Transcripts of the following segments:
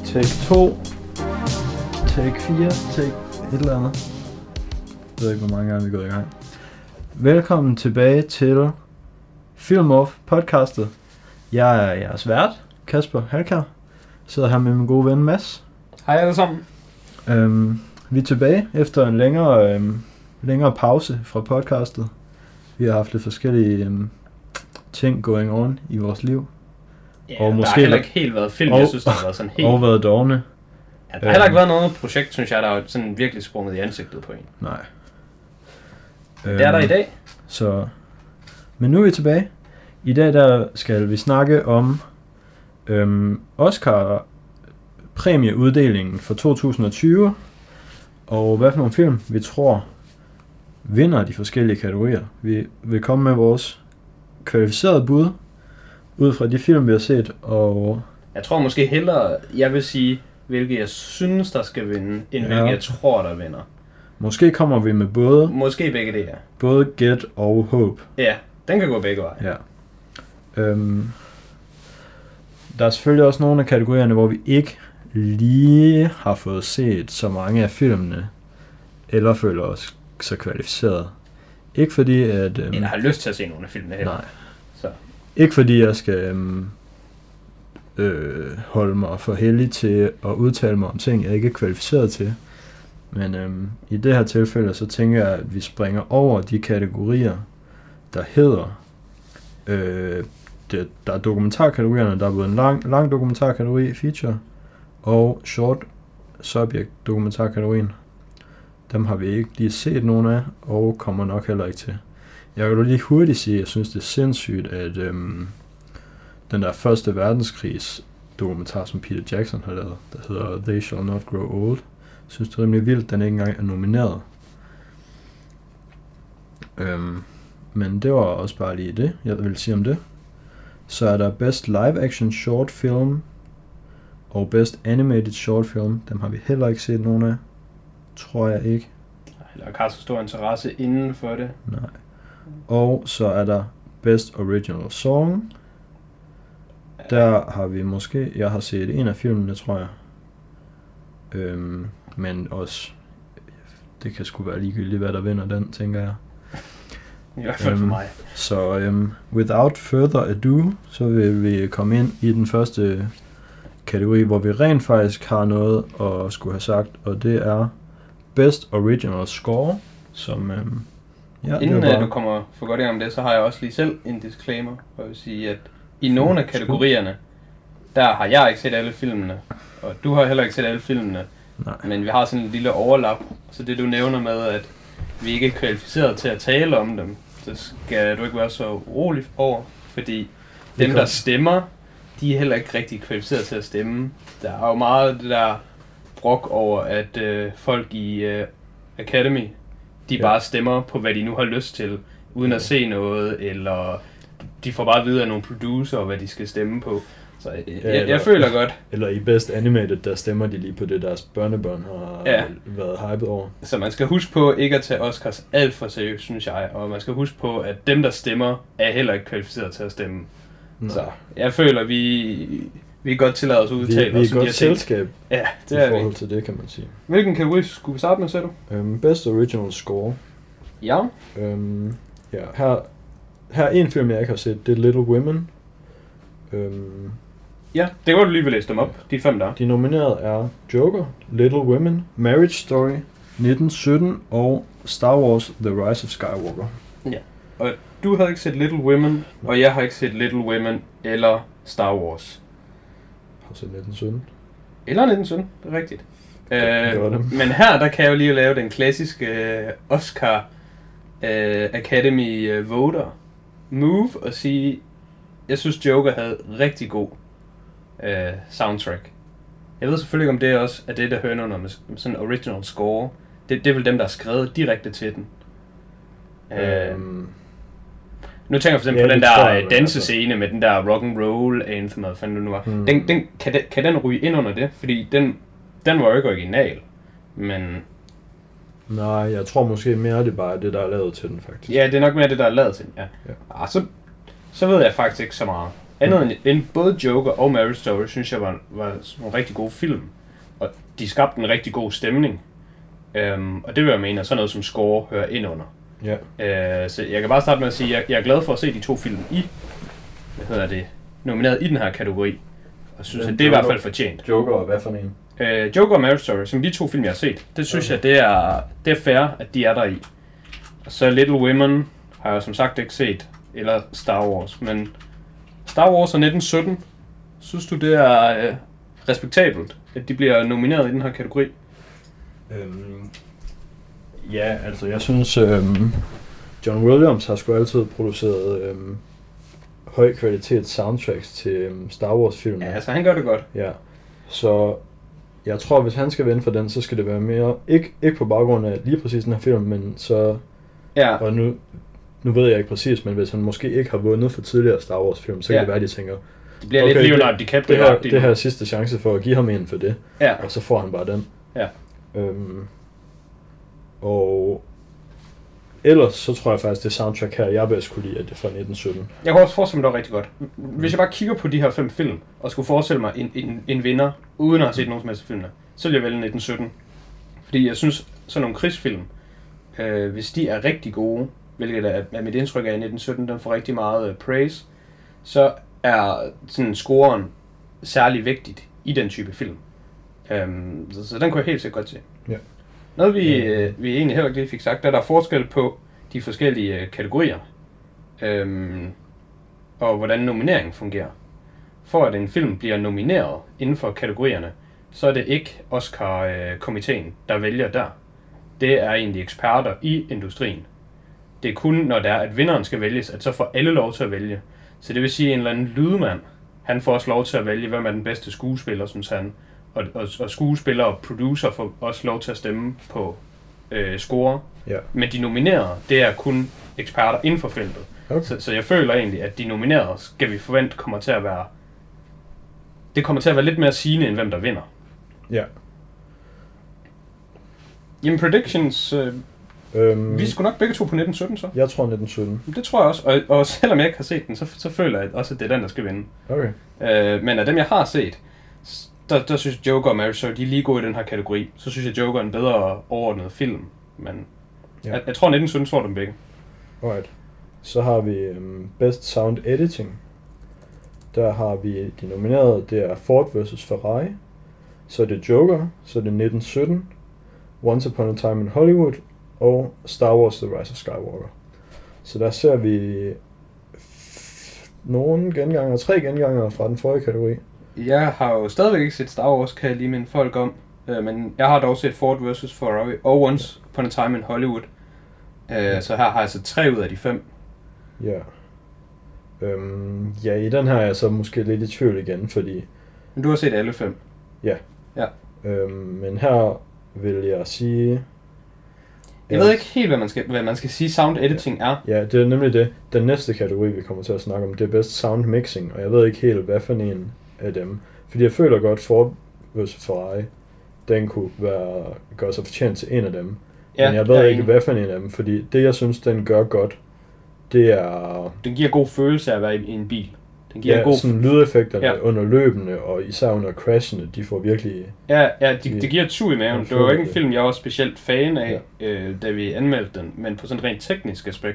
Take 2, take 4, take et eller andet. Jeg ved ikke, hvor mange gange vi er gået i gang. Velkommen tilbage til Film Off podcastet. Jeg er jeres vært, Kasper Halkær. Sidder her med min gode ven Mads. Hej alle sammen. Vi er tilbage efter en længere pause fra podcastet. Vi har haft lidt forskellige ting going on i vores liv. Ja, og måske der har heller ikke helt været film, jeg synes, der har været sådan helt... Og været dovne. Ja, der har heller ikke været noget projekt, synes jeg, der er sådan virkelig sprunget i ansigtet på en. Nej. Det er der i dag. Så... Men nu er vi tilbage. I dag der skal vi snakke om Oscar præmieuddelingen for 2020. Og hvad for nogle film vi tror vinder de forskellige kategorier. Vi vil komme med vores kvalificerede bud ud fra de film, vi har set, og... Jeg tror måske hellere, jeg vil sige, hvilke jeg synes, der skal vinde, end hvilke jeg tror, der vinder. Måske kommer vi med både... Måske begge det, ja. Både Get og Hope. Ja, den kan gå begge veje. Ja. Der er selvfølgelig også nogle af kategorierne, hvor vi ikke lige har fået set så mange af filmene, eller føler os så kvalificeret. Ikke fordi, at... eller har lyst til at se nogle af filmene heller. Nej. Så. Ikke fordi jeg skal holde mig for heldig til at udtale mig om ting, jeg ikke er kvalificeret til. Men i det her tilfælde, så tænker jeg, at vi springer over de kategorier, der hedder... der er dokumentarkategorierne, der er både en lang dokumentarkategori, feature, og short subject dokumentarkategorien. Dem har vi ikke lige set nogen af, og kommer nok heller ikke til. Jeg vil lige hurtigt sige, at jeg synes, det er sindssygt, at den der første verdenskrigs dokumentar, som Peter Jackson har lavet, der hedder They Shall Not Grow Old, jeg synes det er rimelig vildt, den ikke engang er nomineret. Men det var også bare lige det, jeg vil sige om det. Så er der Best Live Action Short Film og Best Animated Short Film. Dem har vi heller ikke set nogen af. Tror jeg ikke. Eller har så stor interesse inden for det. Nej. Og så er der Best Original Song. Der har vi måske... Jeg har set en af filmene, tror jeg. Men også... Det kan sgu være ligegyldigt, hvad der vinder den, tænker jeg. I hvert fald for mig. Så without further ado, så vil vi komme ind i den første kategori, hvor vi rent faktisk har noget at skulle have sagt, og det er Best Original Score, som... Inden du kommer for godt i gang om det, så har jeg også lige selv en disclaimer, hvor jeg vil sige, at i nogle af kategorierne, der har jeg ikke set alle filmene, og du har heller ikke set alle filmene. Nej. Men vi har sådan en lille overlap, så det du nævner med, at vi ikke er kvalificeret til at tale om dem, så skal du ikke være så urolig over, fordi dem, der stemmer, de er heller ikke rigtig kvalificeret til at stemme. Der er jo meget det der brok over, at folk i Academy, de bare stemmer på, hvad de nu har lyst til, uden at se noget, eller de får bare at vide af nogle producer, hvad de skal stemme på. Så jeg føler godt. Eller i Best Animated, der stemmer de lige på det, deres børnebørn har været hypet over. Så man skal huske på ikke at tage Oscars alt for seriøst, synes jeg. Og man skal huske på, at dem, der stemmer, er heller ikke kvalificeret til at stemme. Nej. Så jeg føler, vi er godt tilladet os at udtale os. Vi er godt selskab ja, det er i forhold til det, kan man sige. Hvilken kategori skulle vi starte med, sagde du? Best Original Score. Ja. Her er en film, jeg ikke har set. Det er Little Women. Ja, det kan du lige vil læse dem op, de 5 der. De nominerede er Joker, Little Women, Marriage Story, 1917 og Star Wars The Rise of Skywalker. Ja, og du har ikke set Little Women, og jeg har ikke set Little Women eller Star Wars. Har set 1917. Eller 1917, det er rigtigt. Men her, der kan jeg jo lige lave den klassiske Oscar Academy voter move og sige, jeg synes Joker havde rigtig god soundtrack. Jeg ved selvfølgelig ikke, om det også er det, der hører under med sådan en original score. Det er vel dem, der har skrevet direkte til den. Nu tænker jeg for eksempel på den der dansescene med den der rock and roll anthem, hvad fanden det nu var. Kan den ryge ind under det? Fordi den var jo ikke original, men... Nej, jeg tror måske mere, det bare det, der er lavet til den, faktisk. Ja, det er nok mere det, der er lavet til den, ja. Så ved jeg faktisk ikke så meget. andet end både Joker og Marriage Story, synes jeg var nogle rigtig gode film. Og de skabte en rigtig god stemning. Og det vil jeg mene, at sådan noget som score hører ind under. Ja. Så jeg kan bare starte med at sige, at jeg er glad for at se de 2 film nomineret i den her kategori. Og synes, at det er i hvert fald fortjent. Joker og hvad for en? Joker og Marriage Story, som de 2 film, jeg har set, det synes jeg, det er fair, at de er der i. Og så Little Women har jeg som sagt ikke set, eller Star Wars, men Star Wars og 1917, synes du, det er respektabelt, at de bliver nomineret i den her kategori? Ja, altså jeg synes, John Williams har sgu altid produceret høj kvalitet soundtracks til Star Wars-filmen. Ja, altså han gør det godt. Ja, så jeg tror, hvis han skal vinde for den, så skal det være mere, ikke på baggrund af lige præcis den her film, men så, ja. Og nu ved jeg ikke præcis, men hvis han måske ikke har vundet for tidligere Star Wars-film, så kan det være, de tænker, det bliver lidt Leonardo DiCaprio. Det her sidste chance for at give ham en for det, ja. Og så får han bare den. Ja. Og ellers så tror jeg faktisk, det soundtrack her, jeg bedst kunne lide, at det er fra 1917. Jeg kan også forestille mig, det var rigtig godt. Hvis jeg bare kigger på de her 5 film, og skulle forestille mig en vinder, uden at have set nogen som helst filmene, så vil jeg vælge 1917. Fordi jeg synes, sådan nogle krigsfilm, hvis de er rigtig gode, hvilket er mit indtryk af 1917, den får rigtig meget praise, så er sådan scoren særlig vigtigt i den type film. Så den kunne jeg helt sikkert godt se. Ja. Noget vi egentlig heller ikke lige fik sagt, der er forskel på de forskellige kategorier, og hvordan nomineringen fungerer. For at en film bliver nomineret inden for kategorierne, så er det ikke Oscar-komiteen, der vælger der. Det er egentlig eksperter i industrien. Det er kun, når det er, at vinderen skal vælges, at så får alle lov til at vælge. Så det vil sige, at en eller anden lydmand, han får også lov til at vælge, hvem er den bedste skuespiller, synes han. Og skuespillere og producer får også lov til at stemme på score. Ja. Men de nominerede, det er kun eksperter inden for feltet. Okay. Så jeg føler egentlig, at de nominerede, skal vi forvente, kommer til at være lidt mere sigende, end hvem der vinder. Ja. Jamen predictions, vi skulle nok begge to på 1917 så. Jeg tror 1917. Det tror jeg også, og selvom jeg ikke har set den, så føler jeg også, at det er den, der skal vinde. Okay. Men af dem, jeg har set, der synes jeg, Joker og Marriage Story, de er lige gode i den her kategori. Så synes jeg, Joker er en bedre overordnet film, men jeg tror 1917 får dem begge. Alright. Så har vi Best Sound Editing. Der har vi de nominerede, det er Ford vs. Ferrari. Så er det Joker, så er det 1917, Once Upon a Time in Hollywood og Star Wars The Rise of Skywalker. Så der ser vi nogle genganger, 3 genganger fra den forrige kategori. Jeg har jo stadigvæk ikke set Star Wars, kan jeg lige minde folk om. Men jeg har dog set Ford vs. Ferrari og Once Upon a Time in Hollywood. Så her har jeg så 3 ud af de 5. Ja. Ja, i den her er jeg så måske lidt i tvivl igen, fordi... Men du har set alle 5? Ja. Ja. Men her vil jeg sige... Jeg ved ikke helt, hvad man skal sige sound editing er. Ja, det er nemlig det. Den næste kategori, vi kommer til at snakke om, det er best sound mixing, og jeg ved ikke helt, hvad for en af dem. Fordi jeg føler godt, Ford vs. Ferrari, den kunne gøre sig fortjent til en af dem. Ja, men jeg ved ikke, hvad for en af dem, fordi det, jeg synes, den gør godt, det er... Den giver god følelse af at være i en bil. Den giver god sådan lydeffekterne under løbene, og især under crashene, de får virkelig... Ja, det giver tug i maven. Det var jo ikke en film, jeg var specielt fan af, da vi anmeldte den, men på sådan et rent teknisk aspekt.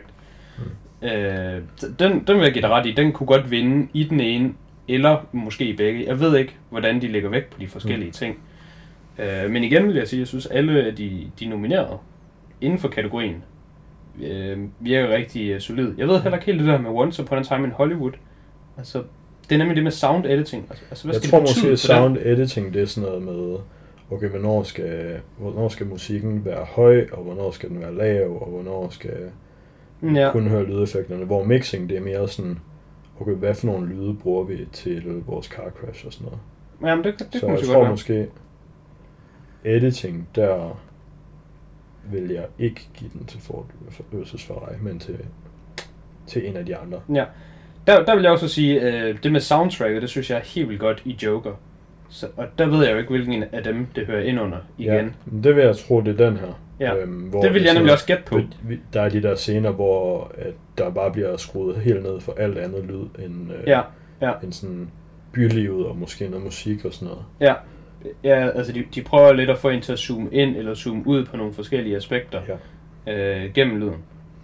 Den vil jeg give dig ret i. Den kunne godt vinde i den ene, eller måske i begge. Jeg ved ikke, hvordan de lægger vægt på de forskellige ting. Men igen vil jeg sige, at jeg synes, alle af de nominerede inden for kategorien virker rigtig solid. Jeg ved heller ikke helt det der med Once Upon a Time in Hollywood. Altså, det er nemlig det med sound editing. Altså, hvad jeg tror måske, at sound editing, det er sådan noget med, okay, hvornår skal musikken være høj, og hvornår skal den være lav, og hvornår skal kun høre lydeffekterne. Hvor mixing, det er mere sådan, okay, hvad for nogle lyde bruger vi til vores car crash og sådan noget. Jamen, det så jeg tror måske, editing, der vil jeg ikke give den til Ford vs. Ferrari, men til en af de andre. Ja. Der vil jeg også sige, det med soundtracket, det synes jeg er helt vildt godt i Joker. Så, og der ved jeg jo ikke, hvilken af dem det hører ind under igen. Ja, det vil jeg tro, det er den her. Ja, hvor det vil jeg nemlig også gætte på. Der er de der scener, hvor at der bare bliver skruet helt ned for alt andet lyd end end sådan bylivet og måske noget musik og sådan noget. Ja, altså de prøver lidt at få en til at zoome ind eller zoome ud på nogle forskellige aspekter gennem lyden.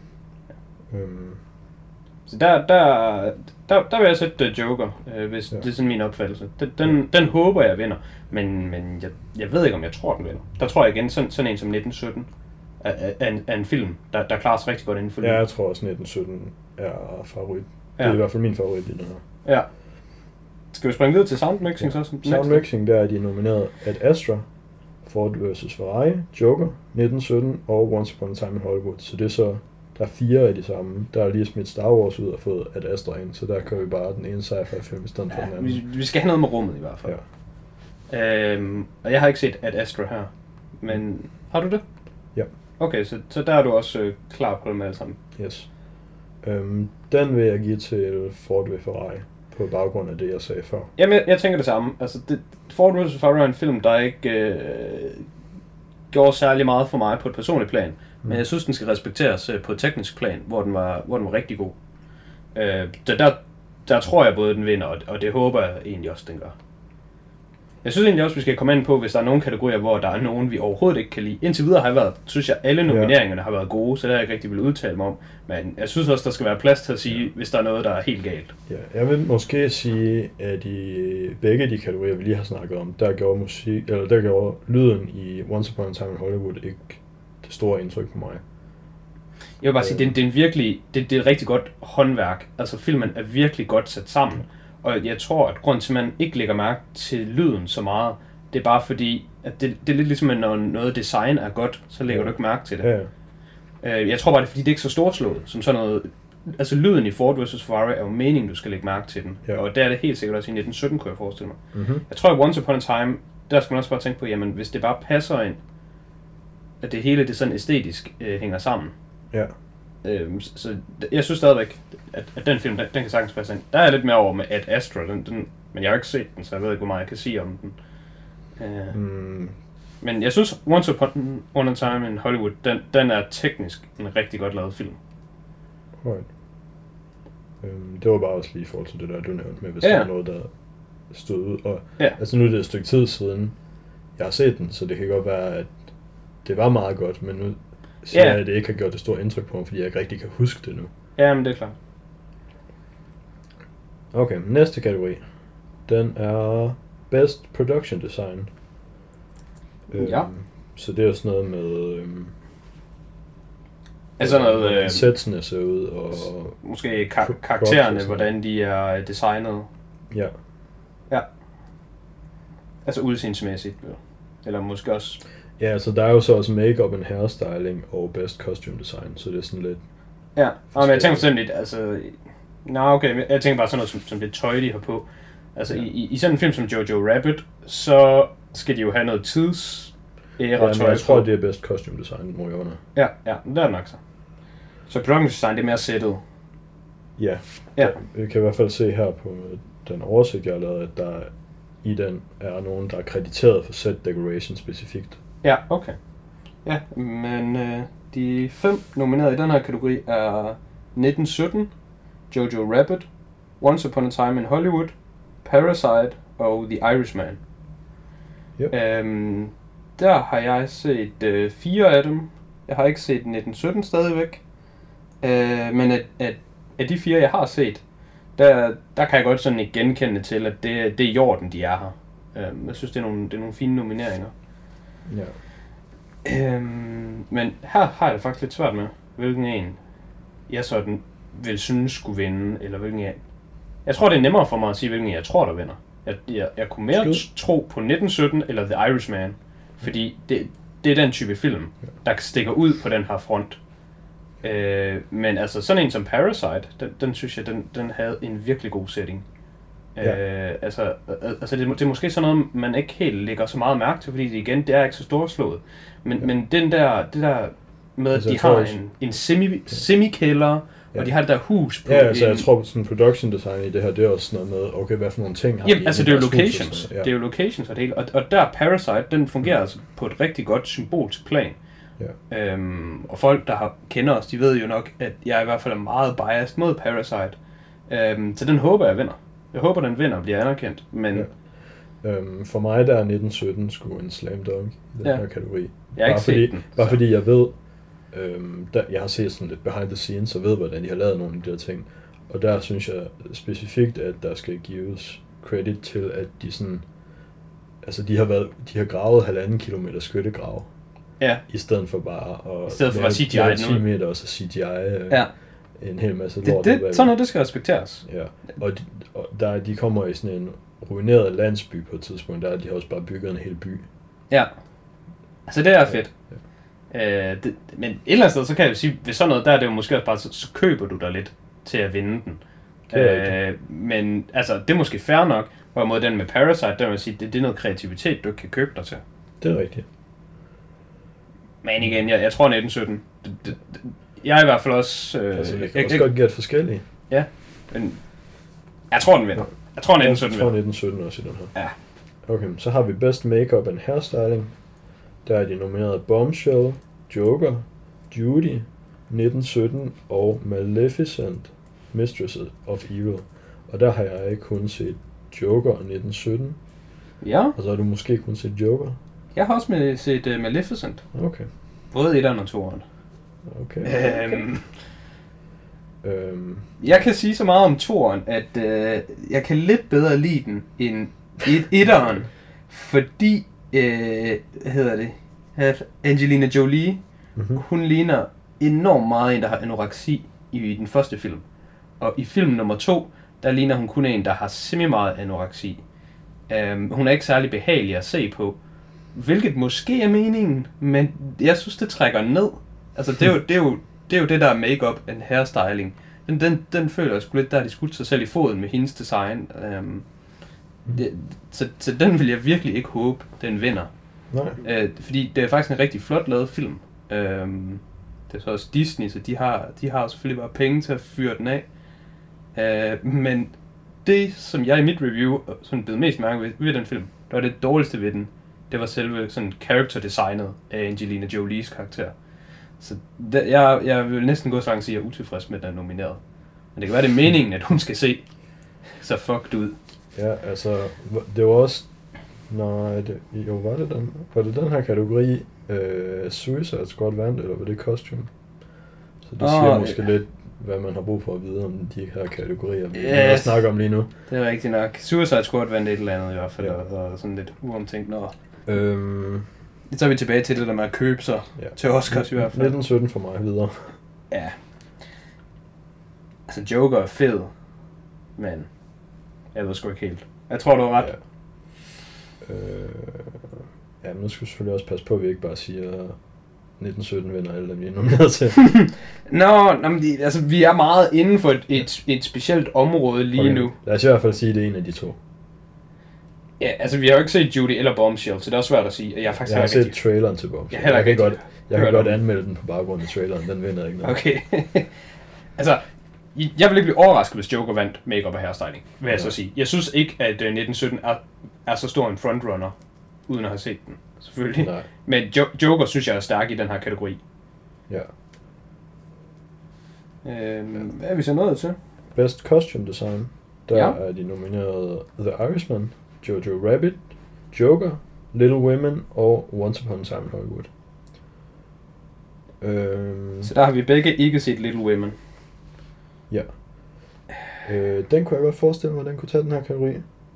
Så der vil jeg sætte Joker, hvis det er sådan min opfattelse. Den håber jeg vinder, men jeg ved ikke, om jeg tror, den vinder. Der tror jeg igen, sådan en som 1917 er en film, der klarer sig rigtig godt inden for Ja, jeg tror også 1917 er favorit. Det er i hvert fald min favorit i den her. Ja. Skal vi springe videre til soundmixing så? Soundmixing, der er de nomineret Ad Astra, Ford vs. Ferrari, Joker, 1917 og Once Upon a Time in Hollywood. Så det er så, der er 4 af de samme. Der er lige smidt Star Wars ud og fået Ad Astra ind, så der kører vi bare den ene sci-fi film i stedet for den anden. Vi skal have noget med rummet i hvert fald. Ja. Og jeg har ikke set Ad Astra her, men har du det? Ja. Okay, så der er du også klar på dem alle sammen. Yes. Den vil jeg give til Ford vs. Ferrari på baggrund af det, jeg sagde før. Jamen, jeg tænker det samme. Altså, Ford vs. Ferrari er en film, der ikke gjorde særlig meget for mig på et personligt plan. Men jeg synes, den skal respekteres på et teknisk plan, hvor den var rigtig god. Så der tror jeg både, den vinder, og det håber jeg egentlig også, den gør. Jeg synes egentlig også, vi skal komme ind på, hvis der er nogle kategorier, hvor der er nogen, vi overhovedet ikke kan lide. Indtil videre har jeg været, synes jeg, alle nomineringerne har været gode, så det har jeg ikke rigtig vil udtale mig om. Men jeg synes også, der skal være plads til at sige, hvis der er noget, der er helt galt. Ja, jeg vil måske sige, at i begge de kategorier, vi lige har snakket om, der gjorde lyden i Once Upon a Time in Hollywood ikke det store indtryk på mig. Jeg vil bare sige, det er en virkelig, det er et rigtig godt håndværk. Altså filmen er virkelig godt sat sammen. Og jeg tror, at grunden til, at man ikke lægger mærke til lyden så meget, det er bare fordi, at det er lidt ligesom, at når noget design er godt, så lægger du ikke mærke til det. Ja. Jeg tror bare, det er fordi, det er ikke så storslået, som sådan noget. Altså lyden i Ford vs. Ferrari er jo meningen, du skal lægge mærke til den. Ja. Og der er det helt sikkert også i 1917, kunne jeg forestille mig. Mm-hmm. Jeg tror, at Once Upon a Time, der skal man også bare tænke på, jamen hvis det bare passer ind, at det hele det sådan æstetisk hænger sammen. Ja. Så jeg synes stadigvæk, at den film, den kan sagtens passe ind. Der er lidt mere over med Ad Astra, men jeg har ikke set den, så jeg ved ikke, hvor meget jeg kan sige om den. Men jeg synes, Once Upon a Time in Hollywood, den er teknisk en rigtig godt lavet film. Right. Det var bare også lige i forhold til det der, du nævnte med, hvis der er noget, der stod ud. Og, altså nu er det et stykke tid siden, jeg har set den, så det kan godt være, at det var meget godt, men nu siger jeg, at det ikke har gjort det store indtryk på mig, fordi jeg ikke rigtig kan huske det nu. Ja, men det er klart. Okay, næste kategori. Den er Best Production Design. Så det er sådan noget med... altså noget... sætsene ser ud, og... Måske karaktererne, hvordan de er designet. Ja. Ja. Altså udseendsmæssigt, eller måske også... Ja, altså der er jo så også make-up and hairstyling og best costume design, så det er sådan lidt... Ja, men jeg tænker sådan lidt, altså... okay, jeg tænker bare sådan noget som det tøj, de har på. Altså i sådan en film som Jojo Rabbit, så skal de jo have noget tidsæra tøj. Jeg tror, det er best costume design, må jeg under. Ja, det er nok så. Så production design, det er mere sættet. Ja. Vi kan i hvert fald se her på den oversigt, jeg har lavet, at der i den er nogen, der er krediteret for set decoration specifikt. Ja, okay. Ja, men de 5 nominerede i den her kategori er 1917, Jojo Rabbit, Once Upon a Time in Hollywood, Parasite og The Irishman. Yep. Der har jeg set 4 af dem. Jeg har ikke set 1917 stadigvæk. Men af de 4, jeg har set, der kan jeg godt sådan ikke genkende til, at det er i orden, de er her. Jeg synes, det er nogle fine nomineringer. Ja. Men her har jeg det faktisk lidt svært med, hvilken en jeg sådan vil synes skulle vinde, eller hvilken en... Jeg tror, det er nemmere for mig at sige, hvilken jeg tror, der vinder. Jeg kunne mere tro på 1917 eller The Irishman, fordi det er den type film, der stikker ud på den her front. Men altså sådan en som Parasite, den synes jeg, den havde en virkelig god setting. Ja. Altså det er måske sådan noget, man ikke helt lægger så meget mærke til, fordi det er ikke så storslået. Men det der med, at de har en semikælder, og de har det der hus på. Ja, altså jeg tror sådan production design i det her, det er også noget med, okay, hvad for nogle ting har de. Altså det er jo locations. Det er jo locations og det hele. Og der Parasite, den fungerer altså på et rigtig godt symbolsk plan. Ja. Og folk, der kender os, de ved jo nok, at jeg i hvert fald er meget biased mod Parasite. Så den håber jeg vinder. Jeg håber, den vinder og bliver anerkendt, men... Ja. For mig der er 1917 sgu en slam dunk i den her kategori. Jeg har ikke set den. Bare fordi jeg ved, jeg har set sådan lidt behind the scenes, og ved, hvordan de har lavet nogle af de der ting. Og der synes jeg specifikt, at der skal gives credit til, at de sådan... Altså, de har gravet 1,5 kilometer skyttegrav. Ja. I stedet for bare at... I stedet for bare CGI 10 meter og så CGI en hel masse lort. Sådan noget, det skal respekteres. Ja, og de kommer i sådan en ruineret landsby på et tidspunkt, der de har også bare bygget en hel by. Ja, altså det er fedt. Ja. Men et eller andet sted, så kan jeg jo sige, ved sådan noget, der er det jo måske også bare, så køber du dig lidt til at vinde den. Men altså, det er måske fair nok, hvorimod den med Parasite, der vil sige, det er noget kreativitet, du kan købe dig til. Det er rigtigt. Men igen, jeg tror 1917. Jeg er i hvert fald også... jeg kan også godt gætte forskellige. Ja, men jeg tror, den vinder. Jeg tror 1917 vinder. Jeg tror 1917 også i den her. Ja. Okay, så har vi Best Makeup and Hairstyling. Der er de nomineret Bombshell, Joker, Judy, 1917 og Maleficent, Mistress of Evil. Og der har jeg kun set Joker og 1917. Ja. Og så har du måske kun set Joker. Jeg har også set Maleficent. Okay. Både 1'eren og 2'eren. Okay. Jeg kan sige så meget om 2'eren, at jeg kan lidt bedre lide den end 1'eren, fordi Angelina Jolie, hun ligner enormt meget en, der har anoreksi i den første film. Og i film nummer 2, der ligner hun kun en, der har semi meget anoreksi. Hun er ikke særlig behagelig at se på, hvilket måske er meningen, men jeg synes, det trækker ned. Altså, det er jo det der make-up and hairstyling. Den føler jeg sgu lidt, der har de skudt sig selv i foden med hendes design. Så den vil jeg virkelig ikke håbe, den vinder. Nej. Fordi det er faktisk en rigtig flot lavet film. Det er så også Disney, så de har selvfølgelig bare penge til at fyre den af. Men det, som jeg i mit review sådan blev mest mærke ved den film, det var det dårligste ved den. Det var selve sådan character designet af Angelina Jolies karakter. Så jeg vil næsten gå så langt at sige, at jeg er utilfreds med, at den er nomineret. Men det kan være, det er meningen, at hun skal se så fucked ud. Ja, altså, det var også... Nej, var det den her kategori, Suicide Squad vandt, eller var det costume? Så det siger måske lidt, hvad man har brug for at vide om de her kategorier, vi snakker om lige nu. Det er rigtigt nok. Suicide Squad vandt et eller andet i hvert fald, og sådan lidt uomtænkt noget. Så er vi tilbage til det der med at købe sig til Oscars i hvert fald. 1917 for mig videre. Ja. Altså Joker er fed, men jeg ved sgu ikke helt. Jeg tror, du har ret. Ja. Men nu skal vi selvfølgelig også passe på, at vi ikke bare siger 1917 vinder alle dem, vi er nomineret til. Men altså, vi er meget inden for et specielt område lige nu. Lad os i hvert fald sige, at det er en af de to. Ja, altså vi har jo ikke set Judy eller Bombshell, så det er også svært at sige. Jeg har set traileren til Bombshell. Jeg kan godt anmelde den på baggrund af traileren, den vinder ikke noget. Okay. Altså, jeg vil ikke blive overrasket, hvis Joker vandt make-up og hairstyling, vil jeg så sige. Jeg synes ikke, at 1917 er så stor en frontrunner, uden at have set den, selvfølgelig. Nej. Men Joker synes jeg er stærk i den her kategori. Ja. Hvad er vi så nået til? Best Costume Design. Der er de nomineret The Irishman, Jojo Rabbit, Joker, Little Women og Once Upon a Time in Hollywood. Så der har vi begge ikke set Little Women. Ja. Den kunne jeg godt forestille mig, den kunne tage den her kategori.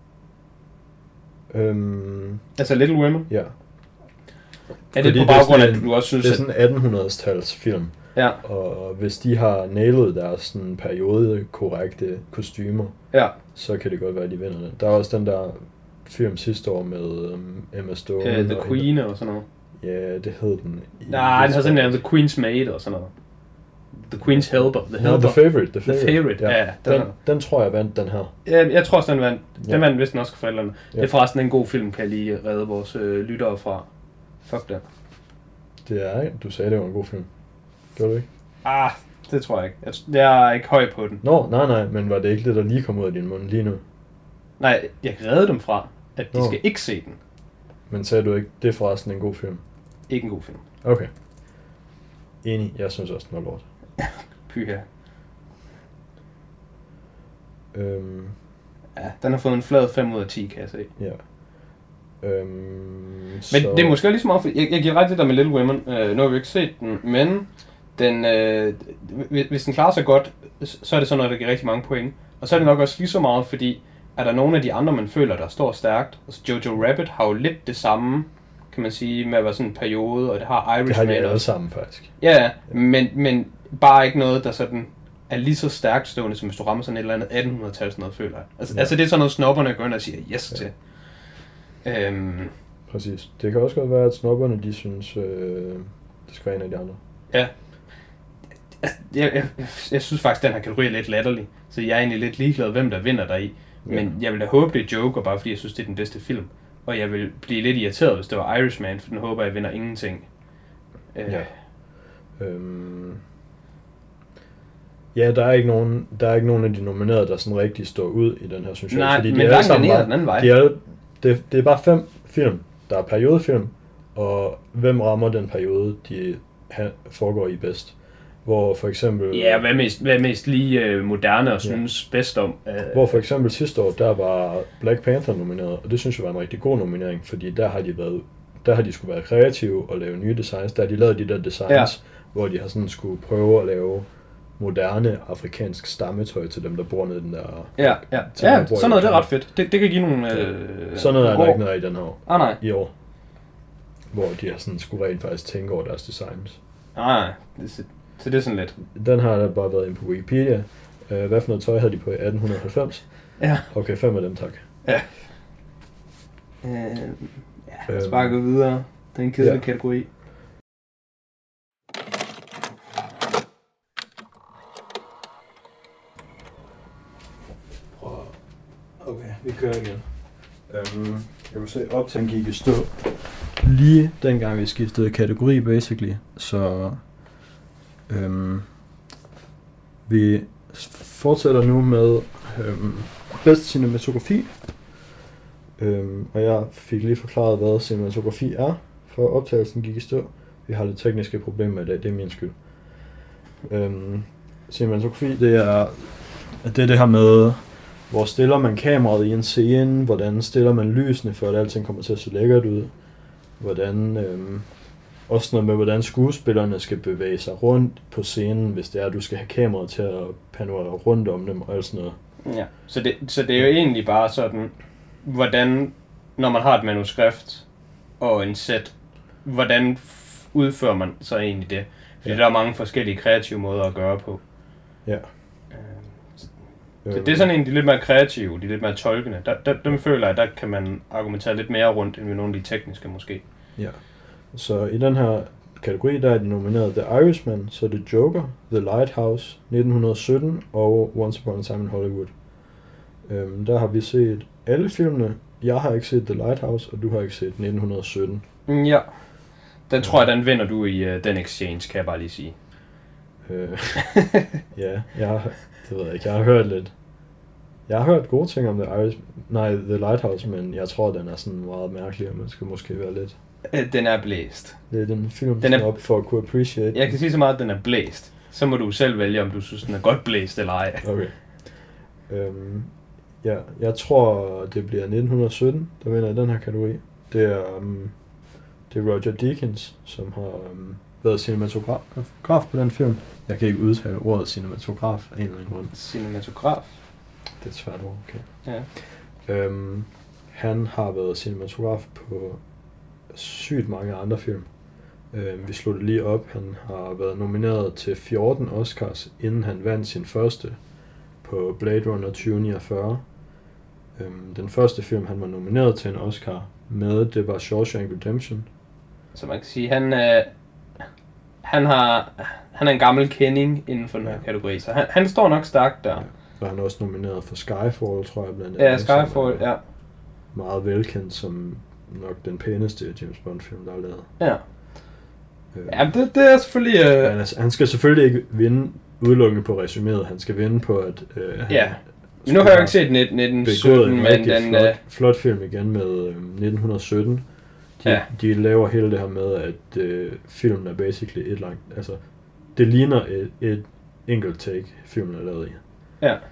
Altså Little Women? Ja. Er det på baggrund af, at du også synes, det er sådan en 1800-tals film. Ja. Og hvis de har nailet deres sådan periode korrekte kostymer, så kan det godt være, at de vinder den. Der er også den der film sidste år med Emma Stone. The Queen og sådan noget. Ja, det hed den. Nej, den har sådan der The Queen's Maid og sådan noget. The Queen's Helper. The Favorite. The Favorite, ja. Den tror jeg vandt den her. Ja, jeg tror også, den vandt. Den vandt vist også for forældrene. Ja. Det er forresten en god film, kan jeg lige redde vores lyttere fra. Fuck den. Det er ikke. Du sagde, det var en god film. Gjorde du ikke? Det tror jeg ikke. Jeg er ikke høj på den. Nej, men var det ikke det, der lige kom ud af din mund lige nu? Nej, jeg kan redde dem fra, at de skal ikke se den. Men sagde du ikke, det er forresten en god film? Ikke en god film. Okay. Enig, jeg synes også, den var lort. Pyha. Ja, den har fået en flad 5 ud af 10, kan jeg se. Ja. Men det er måske lige så meget, for jeg giver ret det der med Little Women. Nu har vi ikke set den, men den, hvis den klarer sig godt, så er det sådan noget, der giver rigtig mange point. Og så er det nok også lige så meget, fordi er der nogle af de andre, man føler, der står stærkt. Altså Jojo Rabbit har jo lidt det samme, kan man sige, med at være sådan en periode, og det har Irishman. Det har de alle sammen, faktisk. Ja, men bare ikke noget, der sådan er lige så stærkt stående, som hvis du rammer sådan et eller andet 1800-tals noget, føler jeg. Altså det er sådan noget, snobberne går ind og siger yes til. Præcis. Det kan også godt være, at snobberne, de synes, det skal være en af de andre. Ja. Jeg synes faktisk, den her kategori er lidt latterlig, så jeg er egentlig lidt ligeglad, hvem der vinder deri. Men jeg vil da håbe, det er Joker, bare fordi jeg synes, det er den bedste film. Og jeg vil blive lidt irriteret, hvis det var Irishman, for den håber, jeg vinder ingenting. Ja. Ja, der er ikke nogen af de nominerede, der sådan rigtig står ud i den her, synes jeg. Nej, fordi men der er den anden vej. Det er bare 5 film, der er periodefilm, og hvem rammer den periode, de foregår i bedst. Hvor for eksempel... Ja, hvad er mest lige moderne og synes bedst om? Hvor for eksempel sidste år, der var Black Panther nomineret, og det synes jeg var en rigtig god nominering, fordi der har de skulle være kreative og lave nye designs. Der har de lavet de der designs, hvor de har sådan skulle prøve at lave moderne afrikansk stammetøj til dem, der bor nede i den der... Ja, sådan noget, det er ret fedt. Det kan give nogle... sådan noget er der ikke noget af i den her nej. I år. Hvor de har sådan skulle rent faktisk tænke over deres designs. Nej, så det er sådan lidt. Den har bare været inde på Wikipedia. Hvad for noget tøj havde de på i 1890? Ja. Okay, 5 af dem, tak. Ja. Lad os bare gå videre. Det er en kedelig kategori. Okay, vi kører igen. Jeg vil se, optagen gik i stå lige dengang vi skiftede kategori, basically. Så vi fortsætter nu med bedst cinematografi. Og jeg fik lige forklaret, hvad cinematografi er, for optagelsen gik i stå. Vi har lidt tekniske problemer i dag, det er min skyld. Cinematografi, det er det her med, hvor stiller man kameraet i en scene, hvordan stiller man lysene, for at alting kommer til at se lækkert ud, hvordan, også noget med, hvordan skuespillerne skal bevæge sig rundt på scenen, hvis det er, at du skal have kameraet til at panorere rundt om dem og alt sådan noget. Ja, så det er jo egentlig bare sådan, hvordan, når man har et manuskript og en set, hvordan udfører man så egentlig det? Fordi der er mange forskellige kreative måder at gøre på. Ja. Så det er sådan en af de lidt mere kreative, de lidt mere tolkende. Dem føler jeg, der kan man argumentere lidt mere rundt, end ved nogle af de tekniske måske. Ja. Så i den her kategori, der er de nomineret The Irishman, så er det Joker, The Lighthouse, 1917 og Once Upon a Time in Hollywood. Der har vi set alle filmene. Jeg har ikke set The Lighthouse, og du har ikke set 1917. Ja. Den tror jeg, den vinder du i den exchange, kan jeg bare lige sige. Ja, det ved jeg ikke. Jeg har hørt lidt. Jeg har hørt gode ting om The Lighthouse, men jeg tror, den er sådan meget mærkelig, og man skal måske være lidt... Den er blæst. Det er den film, den er op for at kunne appreciate. Jeg kan sige så meget, at den er blæst. Så må du selv vælge, om du synes, den er godt blæst eller ej. Okay. Ja, jeg tror, det bliver 1917, der vinder i den her kategori. Det er Roger Deakins, som har været cinematograf på den film. Jeg kan ikke udtale ordet cinematograf af en eller anden grund. Cinematograf? Det er et svært ord, okay. Ja. Han har været cinematograf på sygt mange andre film. Vi slog det lige op. Han har været nomineret til 14 Oscars, inden han vandt sin første på Blade Runner 2049. Den første film, han var nomineret til en Oscar med, det var Shawshank Redemption. Så man kan sige, han er en gammel kending inden for den her kategori, så han står nok stærkt der. Ja. Og han er også nomineret for Skyfall, tror jeg blandt andet. Ja, Skyfall, ja. Meget velkendt som nok den pæneste James Bond-film, der er lavet. Ja. Ja, det er selvfølgelig... Han skal selvfølgelig ikke vinde udelukkende på resuméet. Han skal vinde på, at... Men nu har jeg ikke set 1917, men den... Flot film igen med 1917. De laver hele det her med, at filmen er basically et langt... Altså, det ligner et enkelt take, filmen er lavet i. Ja.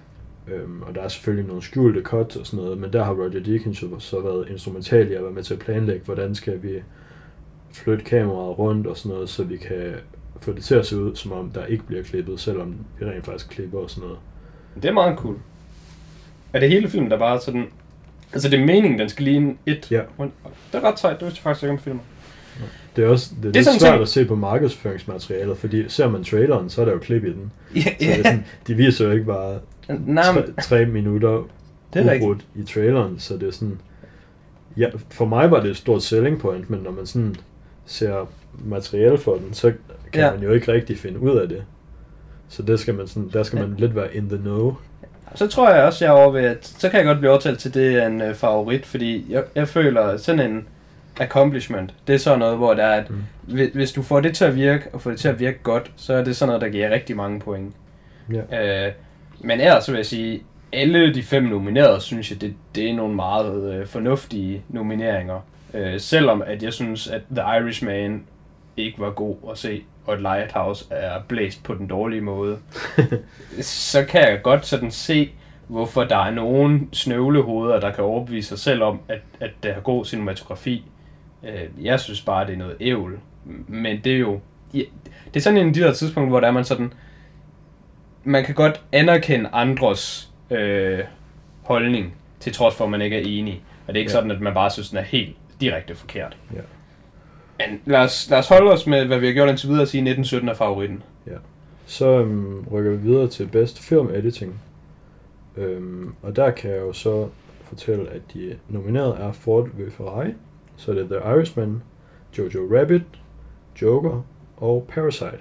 Og der er selvfølgelig nogle skjulte cuts og sådan noget, men der har Roger Deakins jo så været instrumental i at være med til at planlægge, hvordan skal vi flytte kameraet rundt og sådan noget, så vi kan få det til at se ud, som om der ikke bliver klippet, selvom vi rent faktisk klipper og sådan noget. Det er meget cool. Er det hele filmen, der bare sådan... Altså det er meningen, den skal ligne et... Ja. Det er ret sejt, det vidste jeg faktisk ikke om filmer. Det er også det er lidt svært at se på markedsføringsmaterialet, fordi ser man traileren, så er der jo klip i den. Så det er sådan, de viser jo ikke bare 3 minutter ubrudt i traileren, så det er sådan... Ja, for mig var det et stort selling point, men når man sådan ser materiale for den, så kan man jo ikke rigtig finde ud af det. Så der skal man lidt være in the know. Så tror jeg også, jeg er over ved, at så kan jeg godt blive overtalt til, det er en favorit, fordi jeg føler sådan en accomplishment, det er sådan noget, hvor der er, at hvis du får det til at virke, og får det til at virke godt, så er det sådan noget, der giver rigtig mange point. Ja. Men ellers så vil jeg sige, alle de 5 nominerede, synes jeg, det er nogle meget fornuftige nomineringer. Selvom at jeg synes, at The Irishman ikke var god at se, og Lighthouse er blæst på den dårlige måde, så kan jeg godt sådan se, hvorfor der er nogle snøvlehoveder, der kan overbevise sig selv om, at det har god cinematografi. Jeg synes bare, det er noget ævl. Men det er jo... Det er sådan en af de der tidspunkter, hvor der er man sådan... Man kan godt anerkende andres holdning, til trods for, at man ikke er enig. Og det er ikke sådan, at man bare synes, den er helt direkte forkert. Ja. Men lad os holde os med, hvad vi har gjort indtil videre, og sige 1917 er favoritten. Ja. Så rykker vi videre til Best Film Editing. Og der kan jeg jo så fortælle, at de nominerede er Ford v Ferrari, så er det The Irishman, Jojo Rabbit, Joker og Parasite.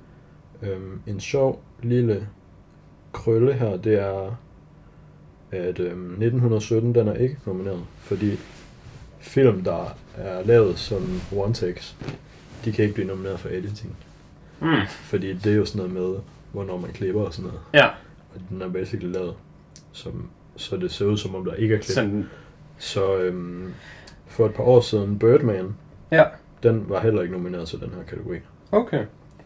En sjov lille krølle her, det er, at 1917, den er ikke nomineret, fordi film, der er lavet som one-takes, de kan ikke blive nomineret for editing. Fordi det er jo sådan noget med, hvornår man klipper og sådan noget. Ja. Og den er basically lavet, så det ser ud som om der ikke er klip. Så for et par år siden, Birdman, den var heller ikke nomineret til den her kategori. Okay.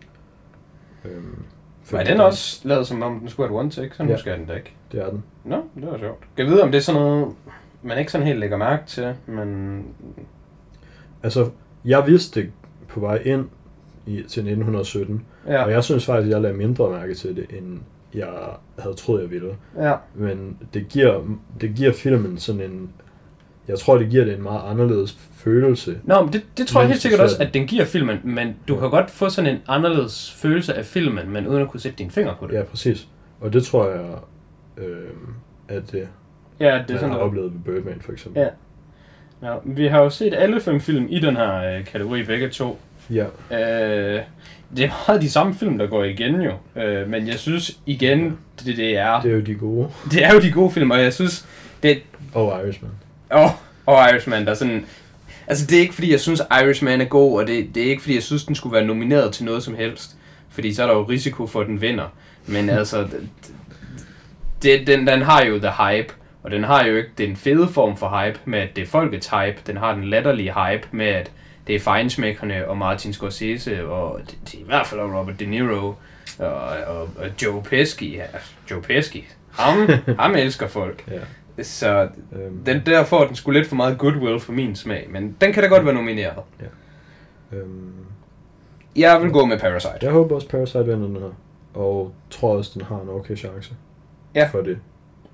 Er den også lavet som om den skulle have et one-take? Så nu skal den da ikke. Det er den. Nå, det var sjovt. Kan jeg vide, om det er sådan noget, man ikke sådan helt lægger mærke til, men... Altså, jeg vidste det på vej ind til 1917, og jeg synes faktisk, at jeg lagde mindre mærke til det, end jeg havde troet, jeg ville. Ja. Men det giver filmen sådan en... Jeg tror, det giver det en meget anderledes følelse. Nå, men det tror jeg helt sikkert også, at den giver filmen, men du kan godt få sådan en anderledes følelse af filmen, men uden at kunne sætte dine fingre på det. Ja, præcis. Og det tror jeg, at det, det er sådan har oplevet ved Birdman for eksempel. Ja. Ja, vi har jo set alle 5 film i den her kategori, begge to. Ja. Det er meget de samme film, der går igen jo. Men jeg synes igen, det er... Det er jo de gode. Det er jo de gode film, og jeg synes... Og Irishman. Og Irishman, der er sådan... Altså det er ikke fordi, jeg synes, Irishman er god, og det er ikke fordi, jeg synes, den skulle være nomineret til noget som helst. Fordi så er der jo risiko for, at den vinder. Men altså... Den har jo the hype. Og den har jo ikke den fede form for hype med, at det er folkets hype. Den har den latterlige hype med, at det er feinschmeckerne og Martin Scorsese, og det er i hvert fald Robert De Niro og Joe Pesci. Ja, Joe Pesci. Ham elsker folk. Ja. Så der får den sgu lidt for meget goodwill for min smag, men den kan da godt være nomineret. Ja. Jeg vil gå med Parasite. Jeg håber også, Parasite vinder den her, og tror også, den har en okay chance for det.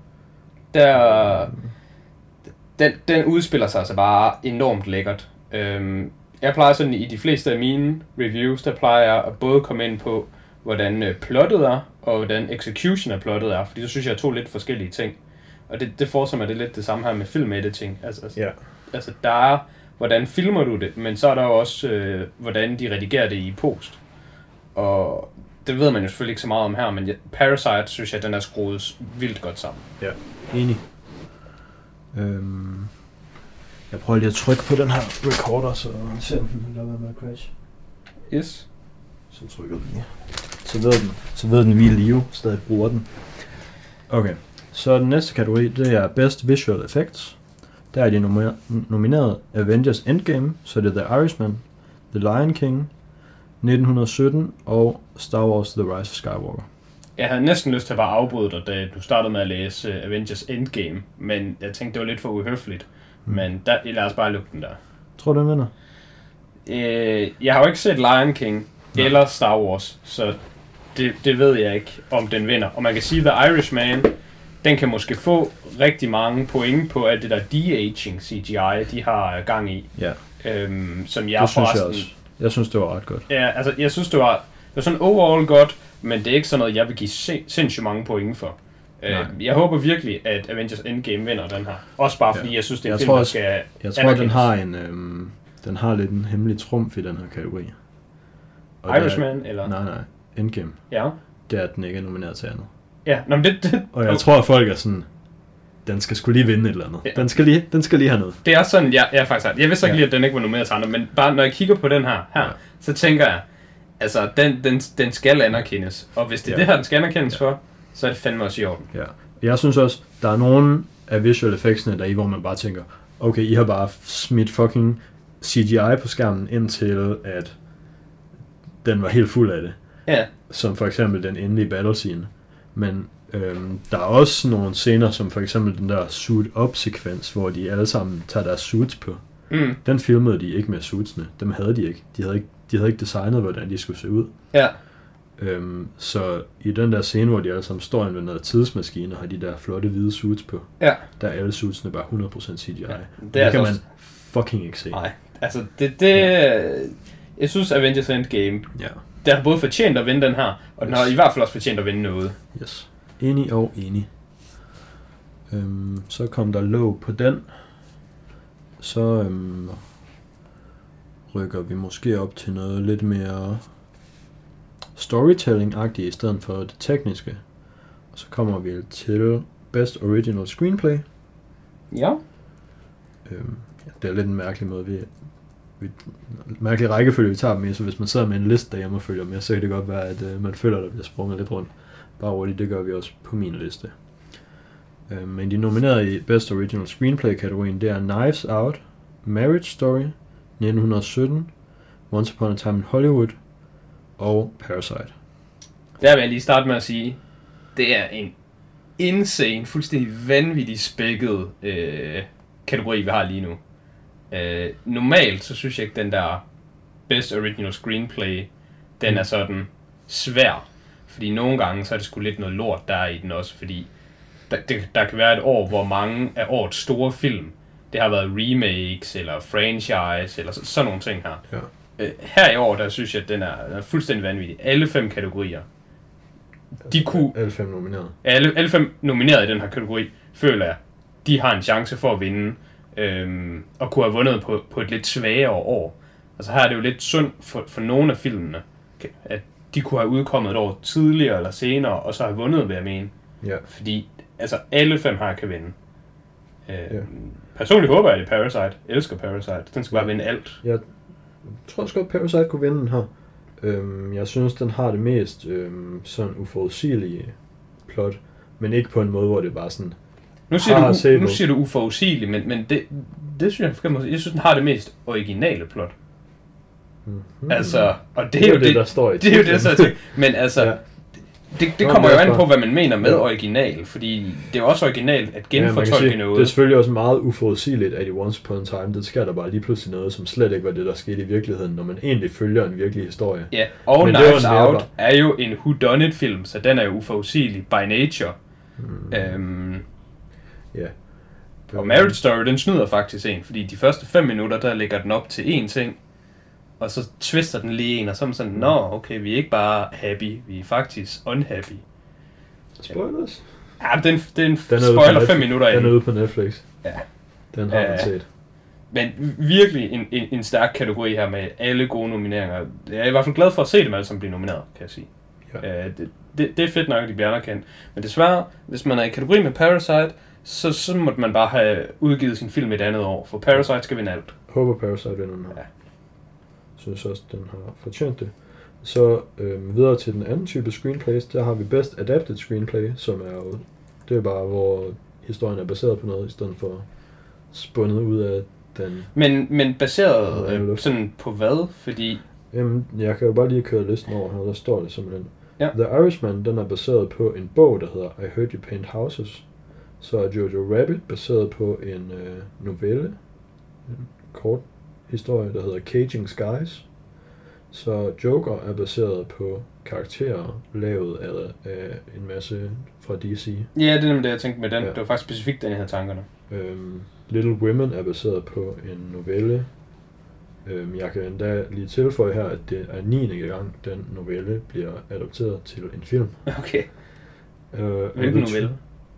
Den udspiller sig altså bare enormt lækkert. Jeg plejer sådan, i de fleste af mine reviews, der plejer jeg at både komme ind på, hvordan plottet er, og hvordan execution af plottet er, fordi så synes jeg er 2 lidt forskellige ting. Og det får sig med det lidt det samme her med filmediting. Altså der er, hvordan filmer du det, men så er der jo også, hvordan de redigerer det i post. Og det ved man jo selvfølgelig ikke så meget om her, men Parasite synes jeg, den er skruet vildt godt sammen. Ja, enig. Jeg prøver lige at trykke på den her recorder, så ser om den vil lade være med at crash. Yes. Så trykker vi lige. Så ved den, vi i live stadig bruger den. Okay. Så den næste kategori, det er Best Visual Effects. Der er de nomineret Avengers Endgame, så det er The Irishman, The Lion King, 1917 og Star Wars The Rise of Skywalker. Jeg havde næsten lyst til at bare afbryde dig, da du startede med at læse Avengers Endgame, men jeg tænkte, det var lidt for uhøfligt. Men lad os bare lukke den der. Tror du, den vinder? Jeg har jo ikke set Lion King eller Star Wars, så det ved jeg ikke, om den vinder. Og man kan sige, at The Irishman, den kan måske få rigtig mange point på alt det der de-aging CGI, de har gang i. Ja. Som jeg forresten... Jeg synes, det var ret godt. Ja, altså, jeg synes, det var sådan overall godt, men det er ikke sådan noget, jeg vil give sindssygt mange point for. Jeg håber virkelig, at Avengers Endgame vinder den her. Også bare fordi, jeg synes, det er en film, der skal jeg tror, den har den har lidt en hemmelig trumf i den her kategori. Og Irishman, eller? Nej, Endgame. Ja. Det er, at den ikke er nomineret til andet. Ja, nå, men det og jeg tror, at folk er sådan, den skal skulle lige vinde et eller andet. Ja. Den skal lige have noget. Det er også sådan, jeg faktisk sagt. Jeg vidste ikke lige, at den ikke var nomineret til andre, men bare når jeg kigger på den her, så tænker jeg, altså, den skal anerkendes. Og hvis det er det her, den skal anerkendes for, så er det fandme også i orden. Ja. Jeg synes også, der er nogle af visual effectsene deri, hvor man bare tænker, okay, I har bare smidt fucking CGI på skærmen, indtil at den var helt fuld af det. Ja. Som for eksempel den endelige battle scene. Men der er også nogle scener, som for eksempel den der suit-up-sekvens, hvor de alle sammen tager deres suits på. Den filmede de ikke med suitsene. Dem havde de ikke. De havde ikke designet, hvordan de skulle se ud. Ja. Så i den der scene, hvor de alle sammen står ved noget tidsmaskine og har de der flotte hvide suits på, der er alle suitsene bare 100% CGI. Ja, det kan man fucking ikke se. Nej, altså jeg synes Avengers Endgame, der har både fortjent at vinde den her, og den har i hvert fald også fortjent at vinde noget. Yes. Enig. Så kom der låg på den. Så rykker vi måske op til noget lidt mere storytelling-agtigt i stedet for det tekniske. Og så kommer vi til Best Original Screenplay. Ja. Det er lidt en mærkelig måde, mærkelig rækkefølge, vi tager dem i, så hvis man sidder med en liste derhjemme og følger med, så kan det godt være, at man føler, der bliver sprunget lidt rundt. Bare roligt, det gør vi også på min liste. Men de nominerede i Best Original Screenplay-kategorien, det er Knives Out, Marriage Story, 1917, Once Upon a Time in Hollywood og Parasite. Der vil jeg lige starte med at sige, det er en insane, fuldstændig vanvittig spækket kategori, vi har lige nu. Normalt, så synes jeg ikke, den der Best Original Screenplay, den er sådan svær. Fordi nogle gange, så er det sgu lidt noget lort, der er i den også, fordi der kan være et år, hvor mange af årets store film, det har været remakes, eller franchise, eller sådan nogle ting her. Ja. Her i år, der synes jeg, at den er fuldstændig vanvittig. Alle 5 kategorier. Alle 5 nomineret. Alle 5 nomineret i den her kategori, føler jeg, de har en chance for at vinde, og kunne have vundet på et lidt svagere år. Altså her er det jo lidt synd for nogle af filmene, at de kunne have udkommet et år tidligere eller senere, og så have vundet, vil jeg mene. Ja. Fordi altså alle 5 her kan vinde. Personligt håber jeg, det er Parasite. Jeg elsker Parasite. Den skal bare vinde alt. Jeg tror også godt, Parasite kunne vinde den her. Jeg synes, den har det mest sådan uforudsigelige plot, men ikke på en måde, hvor det bare sådan... Nu siger du uforudsigeligt, men det synes jeg synes, den har det mest originale plot. Mm-hmm. Altså, og det er jo det, der står i. Det er jo det, så jeg tænker. Men altså, det kommer jo an på, hvad man mener med original, fordi det er jo også originalt at genfortolke noget. Det er selvfølgelig også meget uforudsigeligt, at i Once Upon a Time, det sker der bare lige pludselig noget, som slet ikke var det, der skete i virkeligheden, når man egentlig følger en virkelig historie. Ja, og Knives Out er jo en whodunit-film, så den er jo uforudsigelig by nature. Og Marriage Story, den snyder faktisk en, fordi de første 5 minutter, der lægger den op til én ting, og så twister den lige en, og så er sådan, nå, okay, vi er ikke bare happy, vi er faktisk unhappy. Spoilers? Ja, den spoiler 5 minutter af. Den er ude på Netflix. Ja. Den har man set. Men virkelig en stærk kategori her med alle gode nomineringer. Jeg er i hvert fald glad for at se dem alle som bliver nomineret, kan jeg sige. Ja. Det er fedt nok, at de bliver anerkendt. Men desværre, hvis man er i kategori med Parasite, så måtte man bare have udgivet sin film et andet år, for Parasite skal vinde alt. Håber Parasite vinder den her. Ja. Synes også, den har fortjent det. Så videre til den anden type screenplays, der har vi Best Adapted Screenplay, som er jo, det er bare, hvor historien er baseret på noget, i stedet for spundet ud af den... Men baseret sådan på hvad? Fordi... Jamen, jeg kan jo bare lige køre listen over her, der står det simpelthen. Ja. The Irishman, den er baseret på en bog, der hedder I Heard You Paint Houses. Så er Jojo Rabbit baseret på en novelle, en kort historie, der hedder Caging Skies. Så Joker er baseret på karakterer lavet af en masse fra DC. Ja, det er nemlig det, jeg tænkte med den. Ja. Det var faktisk specifikt den, jeg havde tankerne. Little Women er baseret på en novelle. Jeg kan endda lige tilføje her, at det er 9. gang, den novelle bliver adopteret til en film. Okay. Hvilken novelle?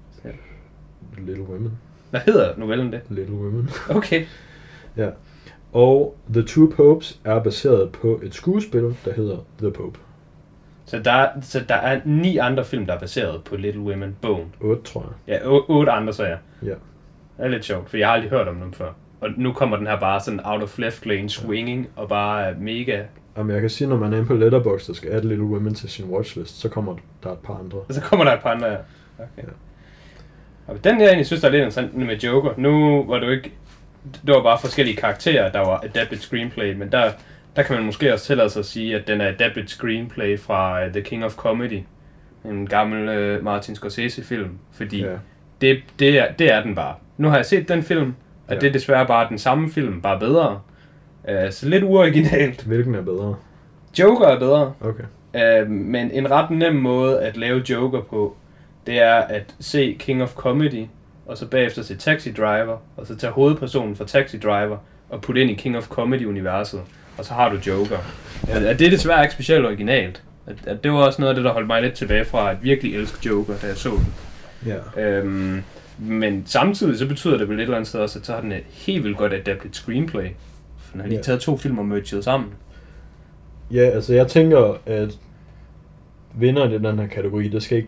Little Women. Hvad hedder novellen det? Little Women. Okay. Ja. Og The Two Popes er baseret på et skuespil, der hedder The Pope. Så der er 9 andre film, der er baseret på Little Women-bogen. 8, tror jeg. Ja, 8 andre, så ja. Ja. Det er lidt sjovt, for jeg har aldrig hørt om dem før. Og nu kommer den her bare sådan out of left lane swinging, og bare er mega... Jamen, jeg kan sige, når man er inde på Letterboxd, der skal add Little Women til sin watchlist, så kommer der et par andre. Og så kommer der et par andre, ja. Okay. Ja. Og den jeg egentlig synes, der er lidt interessant med Joker. Nu var du ikke... Det var bare forskellige karakterer, der var adapted screenplay, men der kan man måske også tillade sig at sige, at den er adapted screenplay fra The King of Comedy. En gammel Martin Scorsese-film, fordi det er den bare. Nu har jeg set den film, og det er desværre bare den samme film, bare bedre. Så lidt uoriginalt. Hvilken er bedre? Joker er bedre. Okay. Men en ret nem måde at lave Joker på, det er at se King of Comedy, og så bagefter se Taxi Driver, og så tage hovedpersonen fra Taxi Driver, og putte ind i King of Comedy-universet, og så har du Joker. Ja. Det er desværre ikke specielt originalt. At det var også noget af det, der holdt mig lidt tilbage fra at virkelig elske Joker, da jeg så den. Ja. Men samtidig så betyder det vel et eller andet sted også, at så har den et helt vildt godt adapted screenplay. For den har lige taget 2 film og merged sammen. Ja, altså jeg tænker, at vinderen i den her kategori, det skal ikke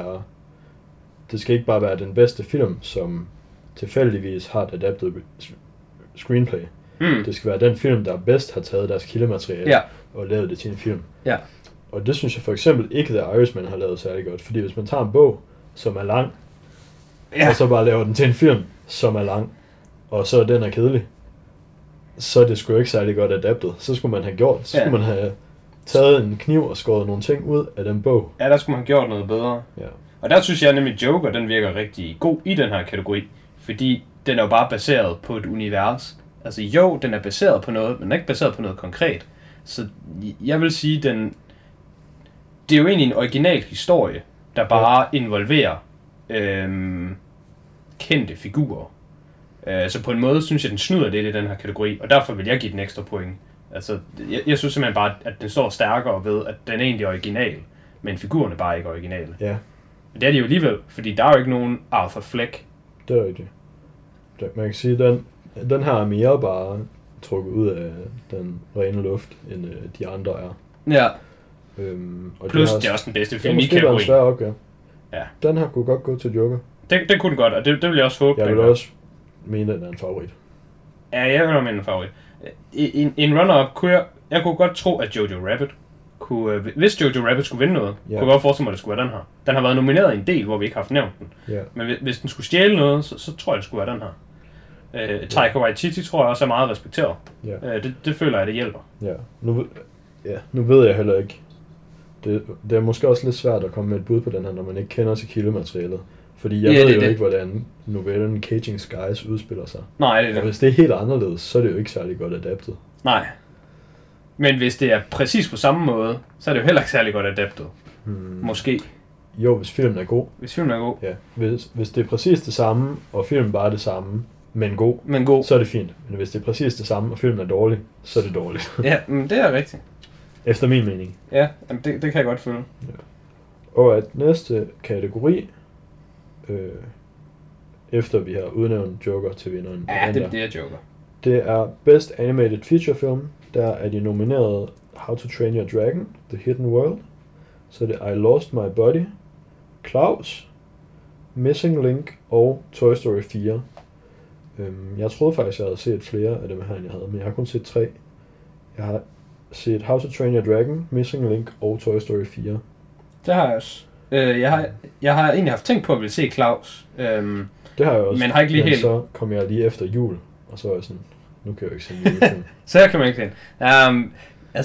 bare være den bedste film, som tilfældigvis har et adapted screenplay. Det skal være den film, der bedst har taget deres kildemateriale og lavet det til en film. Ja. Og det synes jeg for eksempel ikke, The Irishman har lavet særlig godt. Fordi hvis man tager en bog, som er lang, og så bare laver den til en film, som er lang, og så den er kedelig, så er det sgu ikke særlig godt adaptet. Så skulle man have gjort, så skulle man have taget en kniv og skåret nogle ting ud af den bog. Ja, der skulle man have gjort noget bedre. Ja. Og der synes jeg nemlig, Joker, den virker rigtig god i den her kategori. Fordi den er jo bare baseret på et univers. Altså jo, den er baseret på noget, men den er ikke baseret på noget konkret. Så jeg vil sige, det er jo egentlig en original historie, der bare involverer kendte figurer. Så på en måde synes jeg, den snyder lidt i den her kategori, og derfor vil jeg give den ekstra point. Altså, jeg synes simpelthen bare, at den står stærkere ved, at den er egentlig original, men figurerne bare ikke er originale. Ja. Men det er de jo alligevel, fordi der er jo ikke nogen Arthur Fleck. Det er rigtigt. Man kan sige, at den her er mere bare trukket ud af den rene luft, end de andre er. Ja. Og plus det er også den bedste film i kategorien. Det er måske en svær opgave. Ja. Den her kunne godt gå til Joker. Det kunne den godt, og det vil jeg også håbe. Jeg vil også mene, at den er en favorit. Ja, jeg vil også mene en favorit. En runner-up kunne jeg kunne godt tro, at Jojo Rabbit kunne, hvis Jojo Rabbit skulle vinde noget, kunne jeg godt forestille mig, at det skulle være den her. Den har været nomineret i en del, hvor vi ikke har haft nævnt den. Yeah. Men hvis den skulle stjæle noget, så tror jeg, det skulle være den her. Taika Waititi tror jeg også er meget respekteret. Yeah. Det føler jeg, det hjælper. Nu ved jeg heller ikke. Det er måske også lidt svært at komme med et bud på den her, når man ikke kender til kildematerialet. Fordi jeg ved jo ikke, hvordan novellen Caging Skies udspiller sig. Nej, det er det. Og hvis det er helt anderledes, så er det jo ikke særlig godt adaptet. Nej. Men hvis det er præcis på samme måde, så er det jo heller ikke særlig godt adaptet. Måske. Jo, hvis filmen er god. Hvis filmen er god. Ja. Hvis det er præcis det samme, og filmen bare er det samme, men god, så er det fint. Men hvis det er præcis det samme, og filmen er dårlig, så er det dårligt. Ja, men det er rigtigt. Efter min mening. Ja, det kan jeg godt føle. Ja. Og at næste kategori, efter vi har udnævnt Joker til vinderen. Ja, det er Joker. Det er Best Animated Feature Film. Der er de nomineret How to Train Your Dragon, The Hidden World. Så er det I Lost My Body, Klaus, Missing Link og Toy Story 4. Jeg troede faktisk, jeg havde set flere af dem her, end jeg havde, men jeg har kun set 3. Jeg har set How to Train Your Dragon, Missing Link og Toy Story 4. Det har jeg også. Jeg har egentlig haft tænkt på at ville se Klaus. Det har jeg også. Men har ikke lige helt. Så kom jeg lige efter jul, og så var jeg sådan, nu kan jeg jo ikke se en julefilm. Så kan man ikke se. Altså,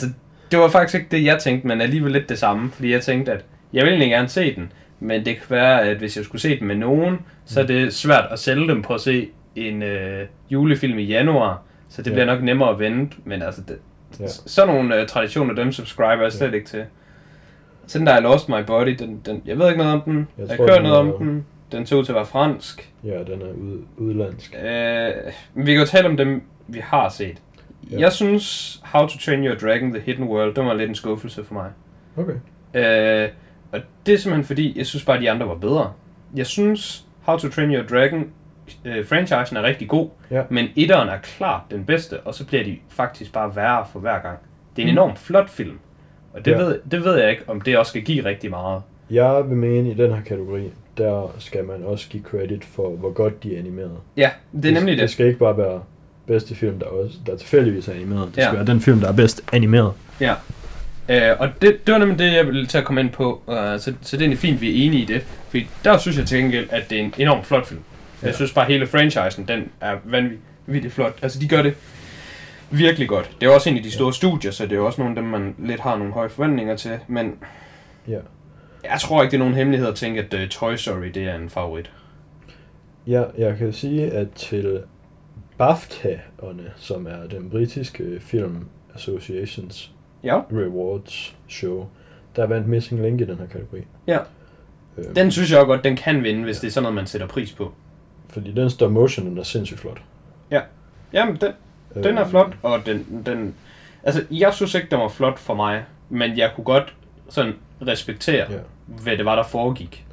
det var faktisk ikke det, jeg tænkte, men alligevel lidt det samme. Fordi jeg tænkte, at jeg ville egentlig gerne se den. Men det kan være, at hvis jeg skulle se den med nogen, så er det svært at sælge dem på at se en julefilm i januar. Så det bliver nok nemmere at vente. Men altså, sådan nogle traditioner, dem subscriber jeg slet ikke til. Sådan der I Lost My Body, den, jeg ved ikke noget om den. Jeg har hørt noget om den. Den så ud til at være fransk. Ja, den er udlandsk. Vi kan jo tale om dem, vi har set. Ja. Jeg synes, How to Train Your Dragon, The Hidden World, det var lidt en skuffelse for mig. Okay. Og det er simpelthen fordi, jeg synes bare, at de andre var bedre. Jeg synes, How to Train Your Dragon, franchisen er rigtig god, men etteren er klart den bedste, og så bliver de faktisk bare værre for hver gang. Det er en enormt flot film, og det ved jeg ikke, om det også skal give rigtig meget. Jeg vil mene, i den her kategori, der skal man også give credit for, hvor godt de er animeret. Ja, det er nemlig det. Det skal ikke bare være bedste film, der tilfældigvis er animeret. Det skal være den film, der er bedst animeret. Ja. Og det var nemlig det, jeg ville til at komme ind på. Så det er egentlig fint, vi er enige i det. Fordi der synes jeg til gengæld, at det er en enormt flot film. Ja. Jeg synes bare, hele franchisen, den er vanvittigt flot. Altså, de gør det virkelig godt. Det er også en af de store studier, så det er også nogle af dem, man lidt har nogle høje forventninger til. Men jeg tror ikke, det er nogen hemmelighed at tænke, at Toy Story, det er en favorit. Ja, jeg kan sige, at til BAFTA'erne, som er den britiske Film Associations Rewards show, der vandt Missing Link i den her kategori. Ja. Den synes jeg også godt, den kan vinde, hvis det er sådan noget, man sætter pris på. Fordi den stop motion, den er sindssygt flot. Ja. Jamen, den er flot, og den... Altså, jeg synes ikke, den var flot for mig, men jeg kunne godt sådan respektere, hvad det var, der foregik.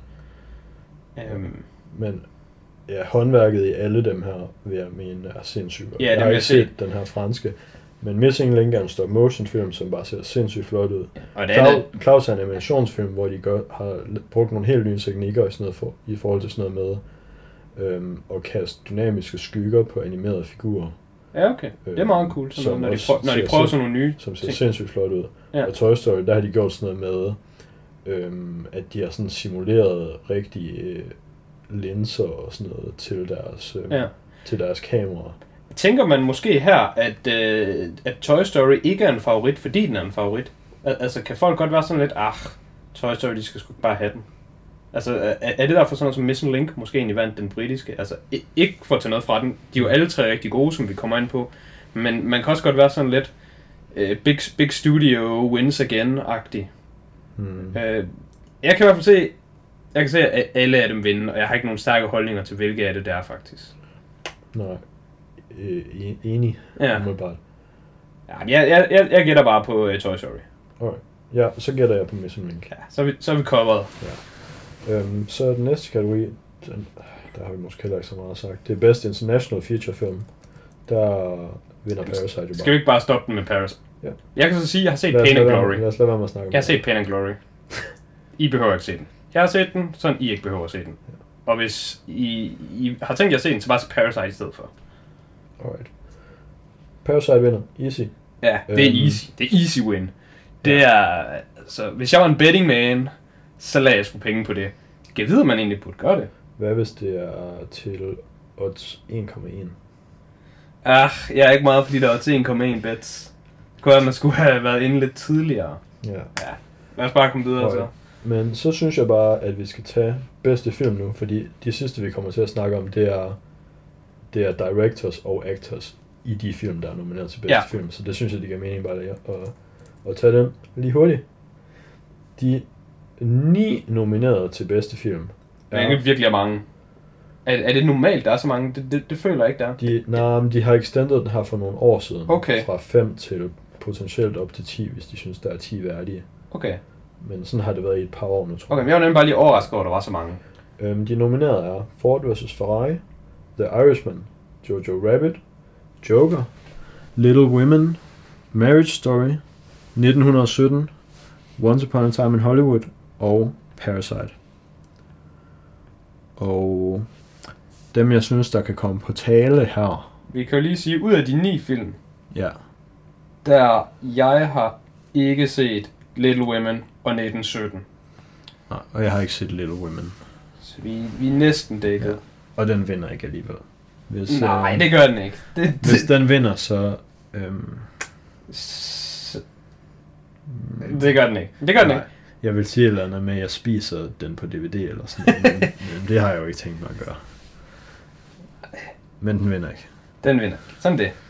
Men håndværket i alle dem her, vil jeg mene, er sindssygt. Ja, jeg har ikke set den her franske. Men Missing Link er en stop motion film, som bare ser sindssygt flot ud. Klaus er en animationsfilm, hvor de har brugt nogle helt nye teknikker i forhold til sådan noget med at kaste dynamiske skygger på animerede figurer. Ja, okay. Det er meget cool, når de prøver sådan nogle nye som ser ting. Sindssygt flot ud. Ja. Og Toy Story, der har de gjort sådan noget med, at de har sådan simuleret rigtige linser og sådan noget til deres kamera. Tænker man måske her, at Toy Story ikke er en favorit, fordi den er en favorit? Altså, kan folk godt være sådan lidt, Toy Story, de skal sgu bare have den? Altså, er det derfor sådan noget som Missing Link måske egentlig vandt den britiske? Altså, ikke for at tage noget fra den. De er jo alle tre rigtig gode, som vi kommer ind på. Men man kan også godt være sådan lidt big studio wins again-agtig. Jeg kan i hvert fald se, at alle af dem vinder, og jeg har ikke nogen stærke holdninger til, hvilke af det er faktisk. Nej. Enig. Ja. Jeg gætter bare på Toy Story. Okay. Ja, så gætter jeg på Missing Link. Ja, så er vi covered. Ja. Så den næste kategori, der har vi måske heller ikke så meget sagt. Det er Best International Feature Film. Der vinder Parasite jo bare. Skal vi ikke bare stoppe den med Parasite? Ja. Jeg kan så sige, at jeg har set Pain and Glory. Lad os lade være med at snakke om Jeg har set Pain and Glory. I behøver ikke se den. Jeg har set den, sådan I ikke behøver at se den. Og hvis I har tænkt jer at se den, så bare se Parasite i stedet for. Alright. Parasite vinder. Easy. Ja, det er easy. Det er easy win. Det er... Altså, hvis jeg var en betting man, så lagde jeg sgu penge på det. Kan jeg vide, at man egentlig burde gøre det? Hvad hvis det er til odds 1,1? Jeg er ikke meget, fordi der er odds 1,1 bets. Det kunne være, at man skulle have været inde lidt tidligere. Ja. Lad os bare komme videre så. Men så synes jeg bare, at vi skal tage bedste film nu, fordi de sidste, vi kommer til at snakke om, det er directors og actors i de film, der er nomineret til bedste film. Så det synes jeg, det giver mening bare at tage den lige hurtigt. De 9 nominerede til bedste film. Det er virkelig mange. Er det normalt, der er så mange? Det føler jeg ikke, der de har extended den her for nogle år siden. Okay. Fra 5 til potentielt op til 10, hvis de synes, der er 10 værdige. Okay. Men sådan har det været i et par år nu, tror jeg. Okay, men jeg var nemlig bare lige overrasket over, at der var så mange. De nominerede er Ford vs. Ferrari, The Irishman, Jojo Rabbit, Joker, Little Women, Marriage Story, 1917, Once Upon a Time in Hollywood og Parasite. Og dem, jeg synes, der kan komme på tale her. Vi kan jo lige sige, ud af de 9 film, der jeg har ikke set Little Women og 1917. Nej, og jeg har ikke set Little Women. Så vi er næsten dækket. Ja. Og den vinder ikke alligevel. Nej, det gør den ikke. Hvis den vinder, så... Det gør den ikke. Det gør den ikke. Jeg vil sige et eller andet med, at jeg spiser den på DVD eller sådan noget, men det har jeg jo ikke tænkt mig at gøre. Men den vinder ikke. Den vinder. Sådan det.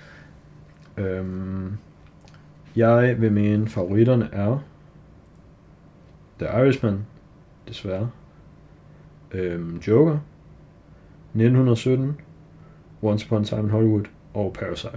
Jeg vil mene, favoritterne er The Irishman, desværre. Joker, 1917, Once Upon a Time in Hollywood og Parasite.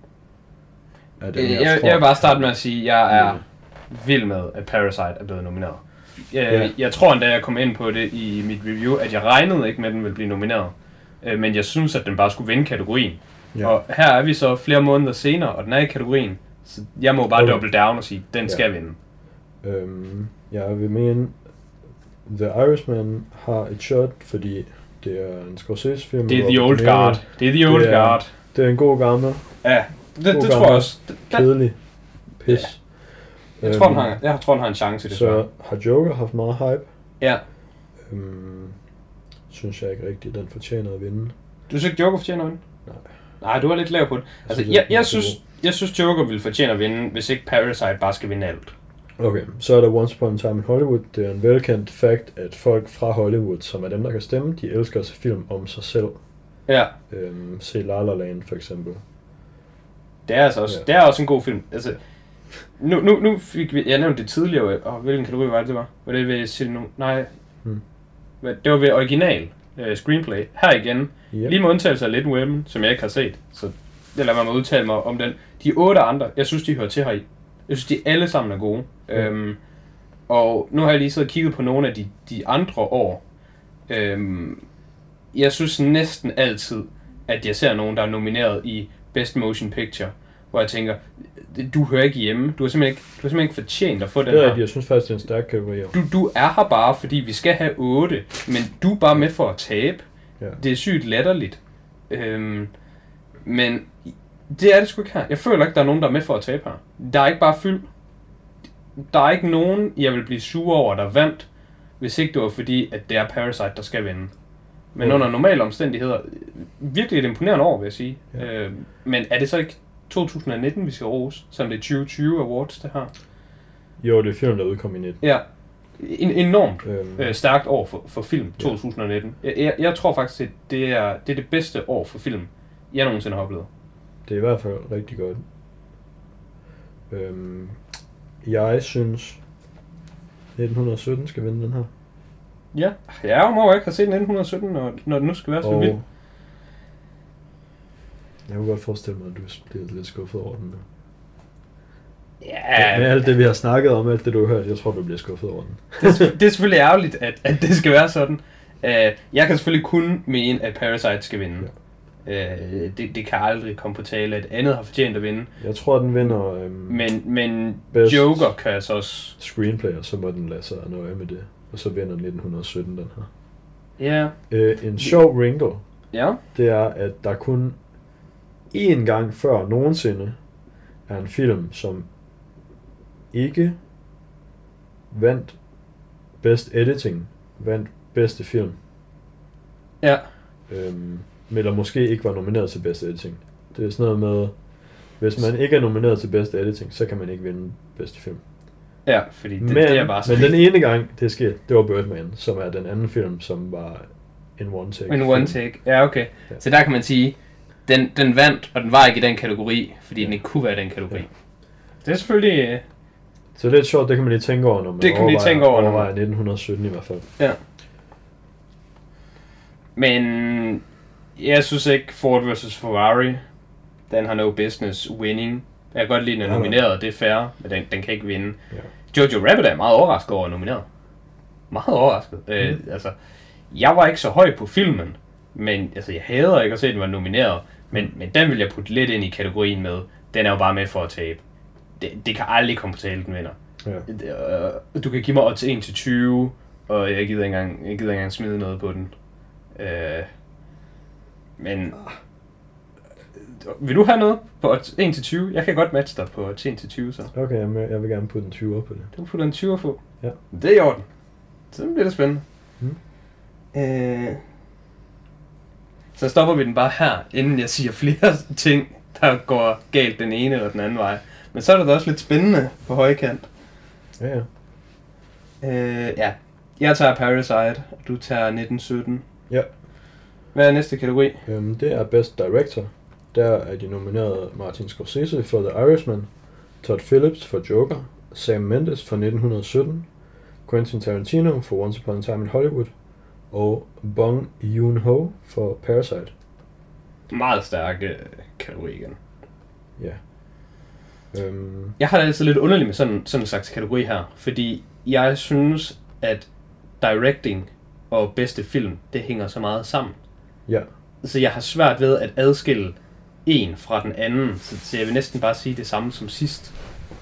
Jeg vil bare starte med at sige, at jeg er vild med, at Parasite er blevet nomineret. Jeg tror endda, jeg kom ind på det i mit review, at jeg regnede ikke med, at den ville blive nomineret. Men jeg synes, at den bare skulle vinde kategorien. Ja. Og her er vi så flere måneder senere, og den er i kategorien. Så jeg må bare double down og sige, at den skal vinde. Jeg vil mene, The Irishman har et shot, fordi det er en Scorsese-film. Det er The Old Guard. Det er The Old Guard. Det er en god gammel. Ja, det tror jeg også. Kedelig. Pis. Ja. Jeg tror, han har en chance i det. Så har Joker haft meget hype. Ja. Synes jeg ikke rigtigt, den fortjener at vinde. Du synes ikke, Joker fortjener at vinde? Nej, du er lidt lav på det. Altså, jeg synes Joker vil fortjene at vinde, hvis ikke Parasite bare skal vinde alt. Okay, så er der Once Upon a Time in Hollywood. Det er en velkendt fact, at folk fra Hollywood, som er dem, der kan stemme, de elsker at se film om sig selv. Ja. Se La La Land for eksempel. Det er altså også, det er også en god film. Altså, nu fik vi, jeg nævnte det tidligere, og hvilken kategori var det var? Var det ved nej. Det var ved original screenplay. Her igen, lige med undtagelse af Little Women, som jeg ikke har set, så jeg lader mig udtale mig om den. De 8 andre, jeg synes, de hører til heri. Jeg synes, de alle sammen er gode. Og nu har jeg lige siddet og kigget på nogle af de andre år. Jeg synes næsten altid, at jeg ser nogen, der er nomineret i Best Motion Picture, hvor jeg tænker, du hører ikke hjemme. Du har simpelthen ikke fortjent at få den her. Jeg synes faktisk, det er en stærk kategori. Du er her bare, fordi vi skal have 8, men du er bare med for at tabe. Ja. Det er sygt latterligt. Men det er det sgu ikke her. Jeg føler ikke, der er nogen, der er med for at tabe her. Der er ikke bare fyld. Der er ikke nogen, jeg vil blive sur over, der vandt, hvis ikke det var fordi, at det er Parasite, der skal vinde. Men under normale omstændigheder, virkelig et imponerende år, vil jeg sige. Ja. Men er det så ikke 2019, vi skal rose, som det er 2020 Awards, det her? Jo, det er film, der udkom i 19. Ja, enormt stærkt år for film, 2019. Jeg tror faktisk, at det er det bedste år for film, jeg nogensinde har oplevet. Det er i hvert fald rigtig godt. Jeg synes, 1917 skal vinde den her. Ja, jeg må ikke have set 1917, når det nu skal være så vildt. Jeg kunne godt forestille mig, at du bliver lidt skuffet over den. Ja. Med alt det, vi har snakket om, alt det, du har hørt, jeg tror, du bliver skuffet over den. Det er selvfølgelig ærgerligt, at det skal være sådan. Jeg kan selvfølgelig kun mene, at Parasite skal vinde. Ja. Det kan aldrig komme på tale, at andet har fortjent at vinde. Jeg tror, den vinder... men Joker kan altså også... Screenplay, og så må den lade sig nøje med det. Og så vinder 1917 den her. Ja. En sjov wrinkle, det er, at der kun én gang før nogensinde er en film, som ikke vandt Best Editing, vandt bedste film. Ja. Eller måske ikke var nomineret til Best Editing. Det er sådan noget med, hvis man ikke er nomineret til Best Editing, så kan man ikke vinde bedste film. Ja, fordi det er bare sådan. Men den ene gang, det skete, det var Birdman, som er den anden film, som var en one take. En one take, ja okay. Ja. Så der kan man sige, den vandt, og den var ikke i den kategori, fordi den ikke kunne være i den kategori. Ja. Det er selvfølgelig... Så det er lidt sjovt, det kan man lige tænke over, når man overvejer 1917 i hvert fald. Ja. Men jeg synes ikke Ford vs. Ferrari, den har no business winning. Jeg kan godt lide, den er nomineret, det er fair, men den kan ikke vinde. Ja. Jojo Rabbit er meget overrasket over at nomineret. Meget overrasket. Altså, jeg var ikke så høj på filmen, men altså, jeg hader ikke at se, at den var nomineret. Men den vil jeg putte lidt ind i kategorien med. Den er jo bare med for at tabe. Det kan aldrig komme på tale, den vinder. Ja. Du kan give mig odds 1-20, og jeg gider ikke engang smide noget på den. Men... Vil du have noget på 1-20? Jeg kan godt matche dig på 1-20 så. Okay, jeg vil gerne putte en 20 på det. Du putter en 20 på? Ja. Det er i orden. Så bliver det spændende. Så stopper vi den bare her, inden jeg siger flere ting, der går galt den ene eller den anden vej. Men så er det da også lidt spændende på højkant. Ja. Ja. Jeg tager Parasite, og du tager 1917. Ja. Hvad er næste kategori? Det er Best Director. Der er de nomineret Martin Scorsese for The Irishman, Todd Phillips for Joker, Sam Mendes for 1917, Quentin Tarantino for Once Upon a Time in Hollywood, og Bong Joon-ho for Parasite. Meget stærke kategori igen. Ja. Jeg har det altid lidt underligt med sådan en slags kategori her, fordi jeg synes, at directing og bedste film, det hænger så meget sammen. Ja. Så jeg har svært ved at adskille en fra den anden, så jeg vil næsten bare sige det samme som sidst.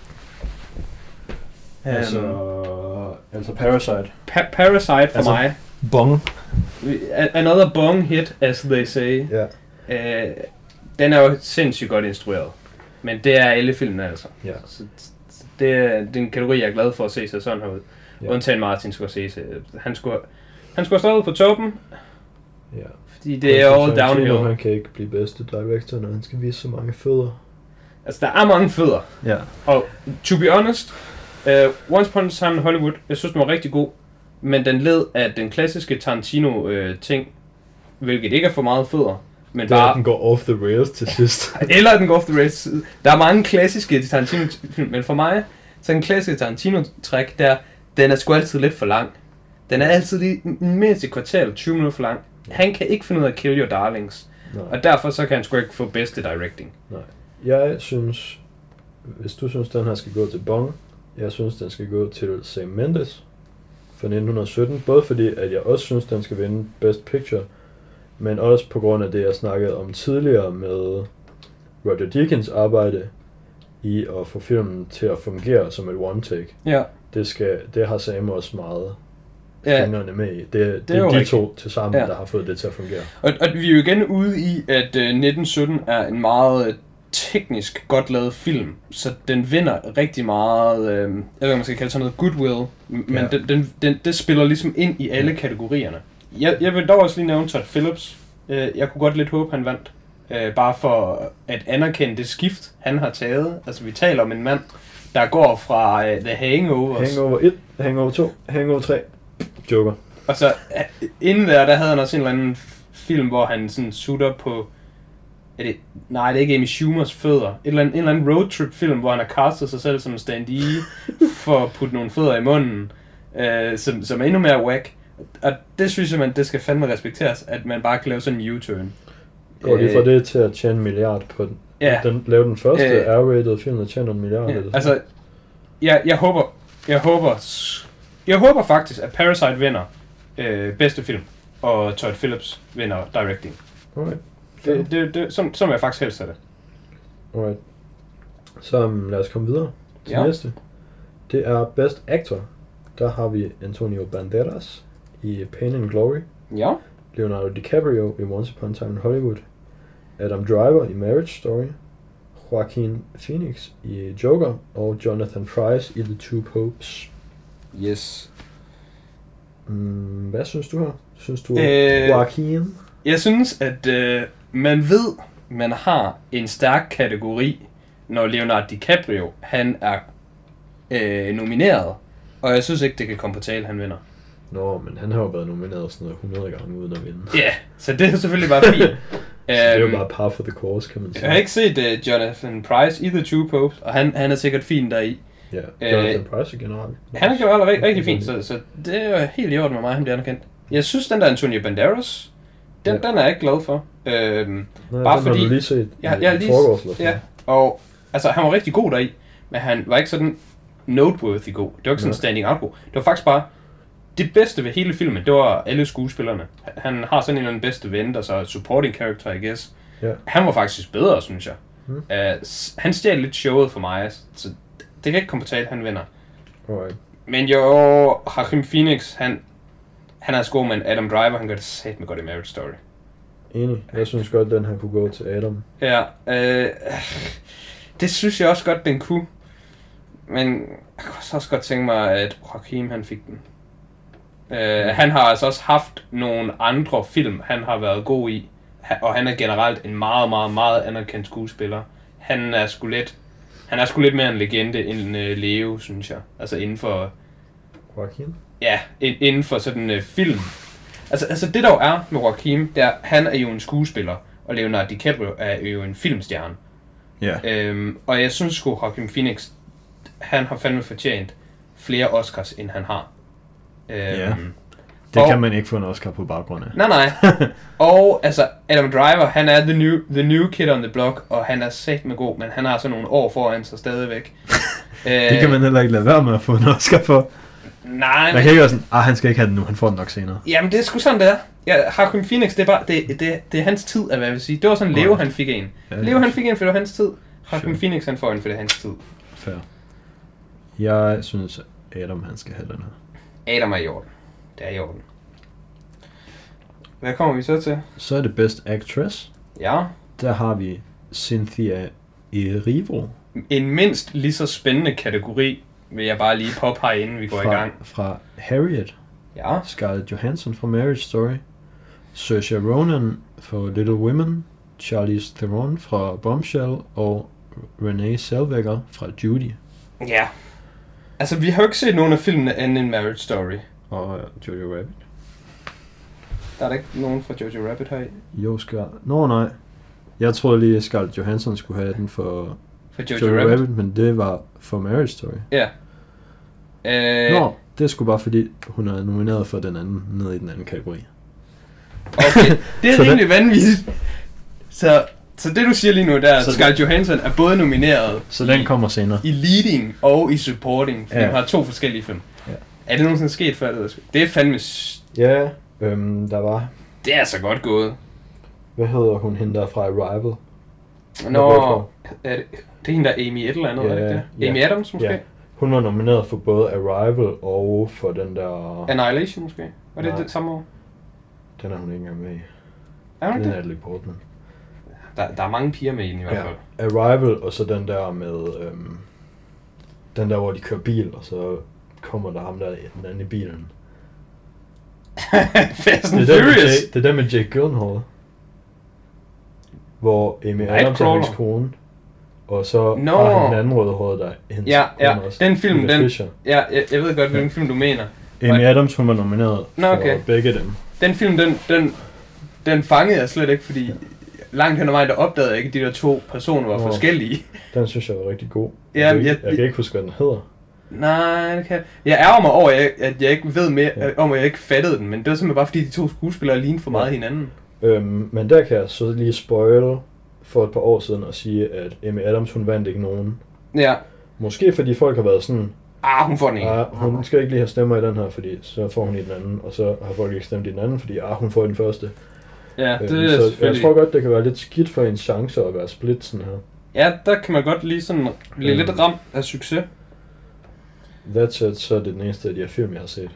Altså Parasite. Parasite for mig. Bong. Another bong hit, as they say. Ja. Den er jo sindssygt godt instrueret. Men det er alle filmene altså. Ja. Så det er en kategori, jeg er glad for at se sig sådan her ud. Ja. Undtagen Martin Scorsese. Han skulle have stået på toppen. Ja. Fordi det er all downhill. Han kan ikke blive bedste director, når han skal vise så mange fødder. Altså, der er mange fødder. Ja. Og to be honest, Once Upon a Time in Hollywood, jeg synes, den var rigtig god. Men den led af den klassiske Tarantino-ting, hvilket ikke er for meget fødder. Men det er, bare den går off the rails til sidst. Eller den går off the rails. Der er mange klassiske Tarantino-film, men for mig, så en klassisk Tarantino-træk, den er sgu altid lidt for lang. Den er altid lige mindst et kvarter eller 20 minutter for lang. Han kan ikke finde ud af at kill your darlings. Nej. Og derfor så kan han sgu ikke få bedste directing. Nej. Jeg synes, hvis du synes, den her skal gå til Bong, jeg synes, den skal gå til Sam Mendes for 1917. Både fordi, at jeg også synes, den skal vinde Best Picture, men også på grund af det, jeg snakkede om tidligere med Roger Deakins arbejde i at få filmen til at fungere som et one-take. Ja. Det har Sam også meget fingrene med i. Det er de rigtigt. To til sammen, der har fået det til at fungere. Og vi er jo igen ude i, at 1917 er en meget teknisk godt lavet film, så den vinder rigtig meget, jeg ved ikke, man skal kalde sådan noget goodwill, men det spiller ligesom ind i alle kategorierne. Jeg vil dog også lige nævne Todd Phillips. Jeg kunne godt lidt håbe, han vandt. Bare for at anerkende det skift, han har taget. Altså, vi taler om en mand, der går fra The Hangovers. Hangover 1, Hangover 2, Hangover 3, Joker. Og så inden der havde han også en eller anden film, hvor han sådan sutter på... Nej, det er ikke Amy Schumers fødder. En eller anden roadtrip-film, hvor han har castet sig selv som stand-i for at putte nogle fødder i munden, som er endnu mere whack. Og det synes jeg, det skal fandme respekteres, at man bare kan lave sådan en U-turn. Går de fra det til at tjene 1 milliard på den? Ja. Den lavede den første R-rated film, der tjener 1 milliard. Ja. Altså, jeg håber faktisk, at Parasite vinder bedste film, og Todd Phillips vinder directing. Alright. Som jeg faktisk helst af det. Alright. Så lad os komme videre til næste. Det er Best Actor. Der har vi Antonio Banderas i Pain and Glory. Ja. Leonardo DiCaprio i Once Upon a Time in Hollywood. Adam Driver i Marriage Story. Joaquin Phoenix i Joker. Og Jonathan Pryce i The Two Popes. Yes. Hvad synes du her? Synes du Joaquin? Jeg synes, at man ved, man har en stærk kategori, når Leonardo DiCaprio, han er nomineret. Og jeg synes ikke, det kan komme på tale, han vinder. Nå, men han har jo været nomineret sådan noget 100 gange uden at vinde. Ja, så det er selvfølgelig bare fint. Så det er jo bare par for the course, kan man sige. Jeg har ikke set Jonathan Pryce i The Two Popes, og han er sikkert fin deri. Ja, Jonathan Pryce generelt. Han har gjort rigtig, rigtig fint, så det er helt i orden med mig, han bliver anerkendt. Jeg synes, den der Antonio Banderas, den er jeg ikke glad for. Nej, bare den fordi... har du lige set ja, og altså, han var rigtig god deri, men han var ikke sådan noteworthy god. Det var ikke sådan standing out god. Det var faktisk bare det bedste ved hele filmen, det var alle skuespillerne. Han har sådan en eller anden bedste ven, der så er supporting character, I guess. Yeah. Han var faktisk bedre, synes jeg. Han stjal lidt showet for mig, så det kan ikke komme på tale, han vinder. Alright. Men jo, Joaquin Phoenix, han er sgu, men Adam Driver, han gør det satme godt i Marriage Story. Enig. Jeg synes godt, den her kunne gå til Adam. Ja, det synes jeg også godt, den kunne. Men jeg kunne også godt tænke mig, at Joaquin, han fik den. Han har altså også haft nogle andre film, han har været god i. Og han er generelt en meget, meget, meget anerkendt skuespiller. Han er sgu lidt... Han er sgu lidt mere en legende end Leo, synes jeg. Altså inden for... Joaquin? Ja, inden for sådan film. Altså det der jo er med Joaquin, det er, han er jo en skuespiller, og Leonardo DiCaprio er jo en filmstjerne. Ja. Og jeg synes sgu, Joaquin Phoenix, han har fandme fortjent flere Oscars, end han har. Ja. Det kan man ikke få en Oscar på baggrund af. Nej. Og altså, Adam Driver, han er the new kid on the block, og han er satme god, men han har så nogle år foran sig stadigvæk. Det kan man heller ikke lade være med at få en Oscar for. Nej. Man kan ikke være sådan, han skal ikke have den nu, han får den nok senere. Jamen, det er sgu sådan, det er. Ja, Joaquin Phoenix, det er bare, det er hans tid, hvad jeg vil sige. Det var sådan, Leo, han fik en. Ja, Leo, han fik en, for det var hans tid. Joaquin Phoenix, han får en, for det er hans tid. Fair. Jeg synes, Adam, han skal have den her. Adam er i orden. Det er i orden. Hvad kommer vi så til? Så er det Best Actress. Ja. Der har vi Cynthia Erivo. En mindst lige så spændende kategori, vil jeg bare lige påpege, inden vi går i gang. Fra Harriet. Ja. Scarlett Johansson fra Marriage Story. Saoirse Ronan for Little Women. Charlize Theron fra Bombshell. Og Renee Zellweger fra Judy. Ja. Altså, vi har jo ikke set nogen af filmene anden end Marriage Story. Og Jojo Rabbit. Der er der ikke nogen fra Jojo Rabbit her i? Jo, nej. Jeg troede lige, at Scarlett Johansson skulle have den for Jojo Rabbit, men det var for Marriage Story. Ja. Nå, det er sgu bare fordi, hun er nomineret for den anden, nede i den anden kategori. Okay, det er rimelig vanvittigt. Så det du siger lige nu der, at Scarlett Johansson er både nomineret så den kommer senere. I leading og i supporting, for den har 2 forskellige film. Ja. Er det nogensinde sket før? Det er fandme... Ja, der var... Det er så godt gået. Hvad hedder hun, hende der fra Arrival? Nå, det er hende der Amy et eller andet, ikke det? Ja. Amy Adams måske? Ja. Hun var nomineret for både Arrival og for den der... Annihilation måske? Var det samme år? Den er hun ikke engang med i. Er hun det? Det er Natalie Portman. Der er mange piger med i den i hvert fald. Arrival, og så den der med... den der, hvor de kører bil, og så kommer der ham der den anden i bilen. Fast and Furious! Det er den med Jake Gyllenhaal. Hvor Amy Adams er hendes kone. Og så har han den anden rødhårede der hendes kone også. Den film, jeg ved godt, hvilken film du mener. Amy Adams, hun var nomineret for begge dem. Den film, den fangede jeg slet ikke, fordi langt hen ad vejen, der opdagede jeg ikke, at de der 2 personer var forskellige. Den synes jeg var rigtig god. Jeg kan ikke huske, hvad den hedder. Nej, det kan jeg ærger mig over, at jeg ikke ved mere om, at jeg ikke fattede den, men det var simpelthen bare, fordi de 2 skuespillere lignede for meget hinanden. Men der kan jeg så lige spoil for et par år siden og sige, at Amy Adams, hun vandt ikke nogen. Ja. Måske fordi folk har været sådan... hun får den ene. Hun skal ikke lige have stemmer i den her, fordi så får hun i den anden, og så har folk ikke stemt i den anden, fordi hun får i den første. Ja, det er så jeg tror godt, det kan være lidt skidt for en chance at være split sådan her. Ja, der kan man godt lige sådan blive lidt ramt af succes. That's it, så er det den eneste af de her film, jeg har set.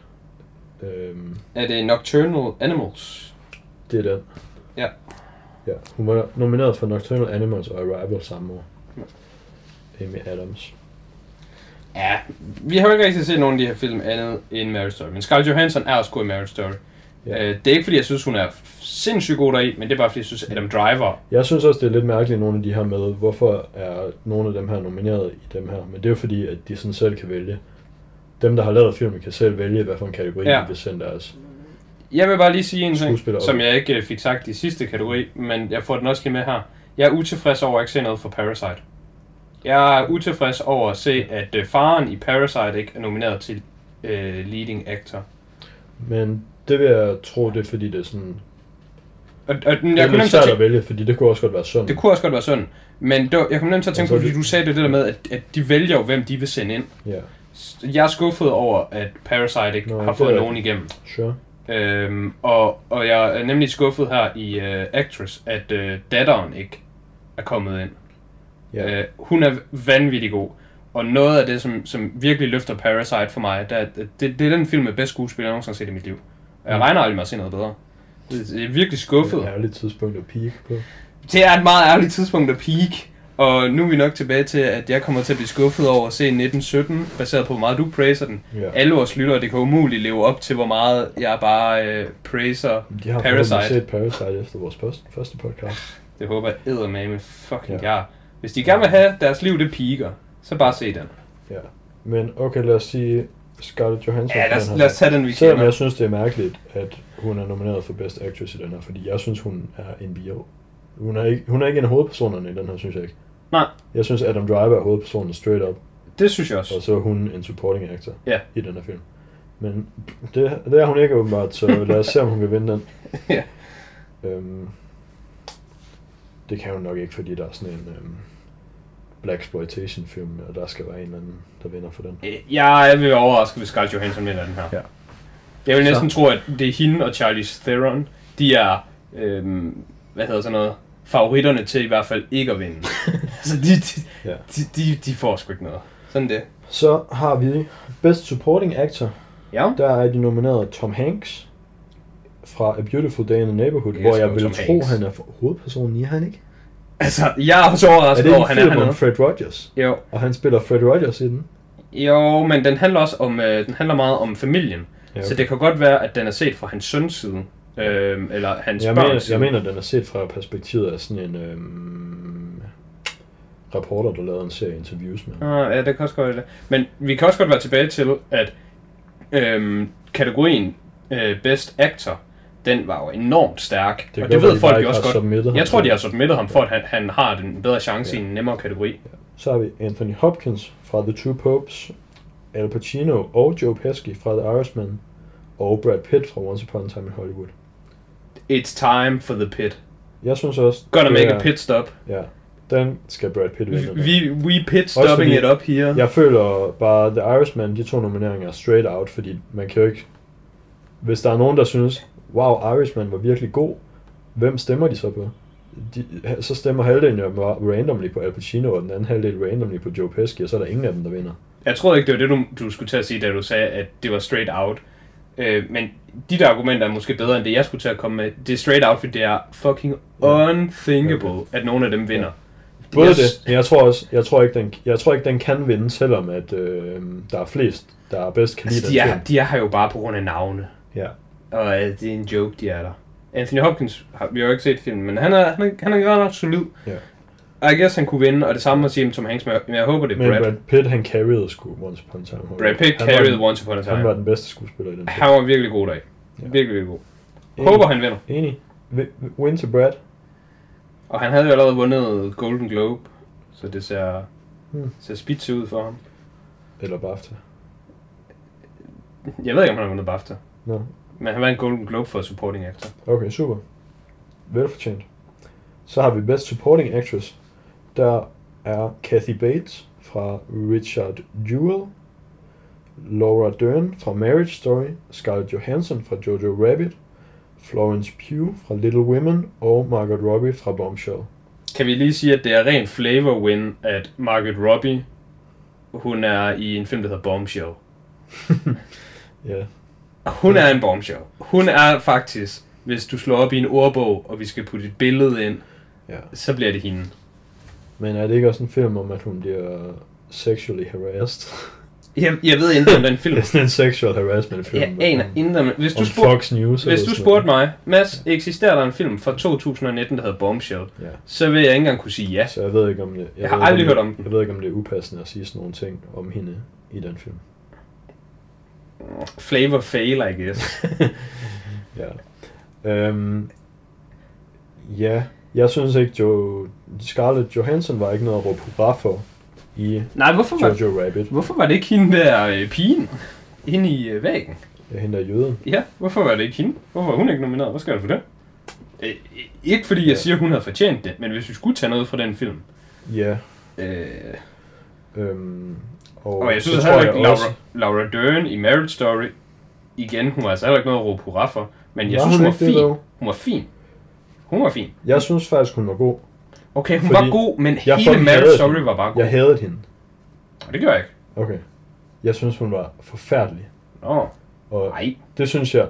Er det Nocturnal Animals? Det er den. Ja. Ja, hun var nomineret for Nocturnal Animals og Arrival samme år. Amy Adams. Ja, vi har jo ikke rigtig set nogen af de her film andet end Marriage Story, men Scarlett Johansson er også god i Marriage Story. Ja. Det er ikke fordi, jeg synes, hun er sindssygt god deri, men det er bare fordi, jeg synes, Adam Driver... Jeg synes også, det er lidt mærkeligt, nogle af de her med, hvorfor er nogle af dem her nomineret i dem her, men det er jo fordi, at de sådan selv kan vælge. Dem, der har lavet filmen, kan selv vælge, hvad for en kategori de vil sende deres. Jeg vil bare lige sige en ting, som jeg ikke fik sagt i sidste kategori, men jeg får den også lige med her. Jeg er utilfreds over at ikke se noget for Parasite. Jeg er utilfreds over at se, at faren i Parasite ikke er nomineret til leading actor. Men det vil jeg tro, det er fordi, det er sådan... det er lidt svært at vælge, fordi det kunne også godt være sådan. Det kunne også godt være sådan. Men jeg kom nemt til at tænke på, fordi du sagde det der med, at de vælger jo, hvem de vil sende ind. Ja. Jeg er skuffet over, at Parasite ikke har fået nogen igennem. Sure. Og jeg er nemlig skuffet her i Actress, at datteren ikke er kommet ind. Yeah. Hun er vanvittig god. Og noget af det, som virkelig løfter Parasite for mig, det er den film med bedst skuespiller, jeg nogensinde har set i mit liv. Jeg regner aldrig med at se noget bedre. Det er virkelig skuffet. Det er et ærligt tidspunkt at peak på. Det er et meget ærligt tidspunkt at peak. Og nu er vi nok tilbage til, at jeg kommer til at blive skuffet over at se 1917, baseret på, hvor meget du praiser den. Yeah. Alle vores lyttere, det kan umuligt leve op til, hvor meget jeg bare praiser Parasite. De har set Parasite efter vores første podcast. Det håber jeg eddermame fucking jeg. Hvis de gerne vil have deres liv, det piker, så bare se den. Ja. Men okay, lad os sige Scarlett Johansson. Ja, lad os tage den, vi selvom kender. jeg synes, det er mærkeligt, at hun er nomineret for Best Actress i den her, fordi jeg synes, hun er en bio. Hun er ikke en af hovedpersonerne i den her, synes jeg ikke. Nej. Jeg synes, Adam Driver er hovedpersonen straight up. Det synes jeg også. Og så er hun en supporting actor i den her film. Men det er hun ikke åbenbart, så lad os se, om hun kan vinde den. Ja. Det kan hun nok ikke, fordi der er sådan en blaxploitation film, og der skal være en eller anden, der vinder for den. Jeg vil overraske, hvis Scarlett Johansson vinder den her. Ja. Jeg vil næsten tro, at det er hende og Charlize Theron, de er, favoritterne til i hvert fald ikke at vinde. Så de får sgu ikke noget. Sådan det. Så har vi Best Supporting Actor. Ja. Der er de nomineret Tom Hanks fra A Beautiful Day in the Neighborhood, hvor jeg vil tro, han er hovedpersonen i, han ikke? Altså, jeg er også overrasket over, han er hernede. Er det en film om Fred Rogers? Jo. Og han spiller Fred Rogers i den? Jo, men den handler også om, den handler meget om familien. Ja, okay. Så det kan godt være, at den er set fra hans søns side. Eller hans børns side. Jeg mener, den er set fra perspektivet af sådan en reporter, der lavede en serie interviews med. Ja, det kan også godt være. Men vi kan også godt være tilbage til, at kategorien Best Actor, den var jo enormt stærk. Det og det ved folk jo også godt. Jeg tror, de har submittet ham for, at han har den bedre chance i en nemmere kategori. Ja. Så har vi Anthony Hopkins fra The Two Popes, Al Pacino og Joe Pesci fra The Irishman, og Brad Pitt fra Once Upon a Time in Hollywood. It's time for the pit. Jeg synes også... Gonna make a pit stop. Ja, den skal Brad Pitt vinde. We pit stopping it up here. Jeg føler bare, The Irishman, de 2 nomineringer er straight out, fordi man kan jo ikke... Hvis der er nogen, der synes, wow, Irishman var virkelig god, hvem stemmer de så på? Så stemmer halvdelen jo randomly på Al Pacino, og den anden halvdel randomly på Joe Pesci, og så er der ingen af dem, der vinder. Jeg troede ikke, det var det, du skulle til at sige, da du sagde, at det var straight out. Men de der argumenter er måske bedre, end det jeg skulle til at komme med. Det er straight out, fordi det er fucking unthinkable, at nogen af dem vinder. Både det, men jeg tror ikke, den kan vinde, selvom at der er flest, der er bedst kan lide den film. De er her jo bare på grund af navne. Ja. Og det er en joke, de er der. Anthony Hopkins, vi har jo ikke set filmen, men han er godt nok solid. Ja. Og jeg guess han kunne vinde, og det samme at sige om Tom Hanks, men jeg håber det er Brad. Men Brad Pitt, han carried sgu Once Upon a Time. Brad Pitt carried Once Upon a Time. Han var den bedste skuespiller i den film. Han var virkelig god dag. Ja. Virkelig god. Håber han vinder. Enig. Win til Brad. Og han havde jo allerede vundet Golden Globe, så det ser spidse ud for ham. Eller BAFTA. Jeg ved ikke, om han har vundet BAFTA. No. Men han var en Golden Globe for supporting actor. Okay, super. Velfortjent. Så har vi Best Supporting Actress. Der er Kathy Bates fra Richard Jewell, Laura Dern fra Marriage Story, Scarlett Johansson fra Jojo Rabbit, Florence Pugh fra Little Women og Margot Robbie fra Bombshell. Kan vi lige sige, at det er ren flavor win, at Margot Robbie, hun er i en film, der hedder Bombshell. Ja. Hun er en bombshell. Hun er faktisk, hvis du slår op i en ordbog, og vi skal putte et billede ind, så bliver det hende. Men er det ikke også en film om, at hun bliver sexually harassed? Jeg ved ikke om den film. Det er sådan en sexual harassment film. Jeg aner inden hvis du Fox News. Hvis du spurgte mig, Mads, eksisterer der en film fra 2019, der hedder Bombshell? Ja. Så vil jeg ikke engang kunne sige ja. Så jeg ved ikke om det. Jeg har aldrig hørt om den. Jeg ved ikke om det er upassende at sige sådan nogle ting om hende i den film. Flavor fail, I guess. Ja. Ja, jeg synes ikke, Scarlett Johansson var ikke noget at råbe hurra for i Jojo Rabbit. Hvorfor var det ikke hende der pigen inde i væggen? Ja, hende der jøden. Ja, hvorfor var det ikke hende? Hvorfor var hun ikke nomineret? Hvad skal der for det? Ikke fordi jeg siger, at hun havde fortjent det, men hvis vi skulle tage noget fra den film. Ja. Og jeg synes heller ikke, Laura Dern i Marriage Story, igen, hun var altså heller ikke noget at råbe hurra for, men jeg synes, hun var fin. Hun var fin. Jeg synes faktisk, hun var god. Okay, hun var god, men hele Marriage Story var bare god. Jeg hadede hende. Og det gør jeg ikke. Okay. Jeg synes, hun var forfærdelig. Og det synes jeg,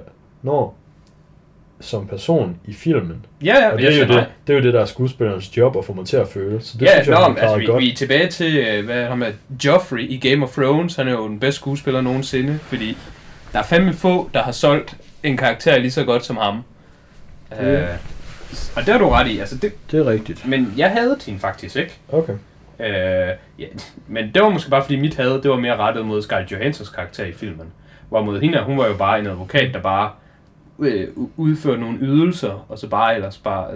som person i filmen. Ja, og det er jo det, der er skuespillerens job at få mig til at føle. Så det synes jeg, vi er tilbage til, hvad han med Joffrey i Game of Thrones. Han er jo den bedste skuespiller nogensinde, fordi der er fandme få, der har solgt en karakter lige så godt som ham. Og det har du ret i. Altså det er rigtigt. Men jeg havde hende faktisk, ikke? Okay. Ja, men det var måske bare fordi mit had, det var mere rettet mod Scarlett Johanssons karakter i filmen. Hvorimod hende, hun var jo bare en advokat, der bare udførte nogle ydelser, og så bare ellers bare...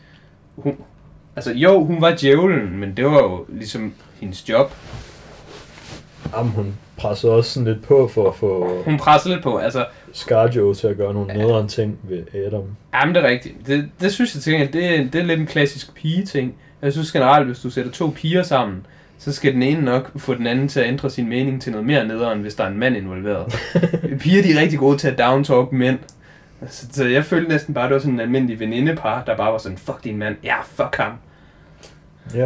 hun var djævlen, men det var jo ligesom hendes job. Jamen, hun pressede også sådan lidt på for at få... Hun pressede lidt på, altså... ScarJo til at gøre nogle nederen ting ved Adam. Jamen, det er rigtigt. Det synes jeg til gengæld, det er lidt en klassisk pige-ting. Jeg synes generelt, hvis du sætter 2 piger sammen, så skal den ene nok få den anden til at ændre sin mening til noget mere nederen, hvis der er en mand involveret. Piger, de er rigtig gode til at downtalk mænd. Så jeg følte næsten bare, det var sådan en almindelig venindepar, der bare var sådan, fuck din mand, ja, fuck ham. Ja.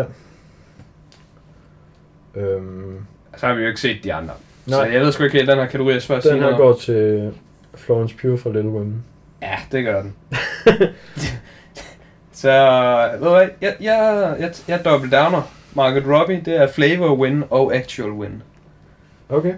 Så har vi jo ikke set de andre. Nej. Så jeg ved sgu ikke helt, den her kategori er svært at sige Den her går til Florence Pugh fra Little Women. Ja, det gør den. Så, ved du hvad, jeg double downer. Margot Robbie, det er flavor win og actual win. Okay.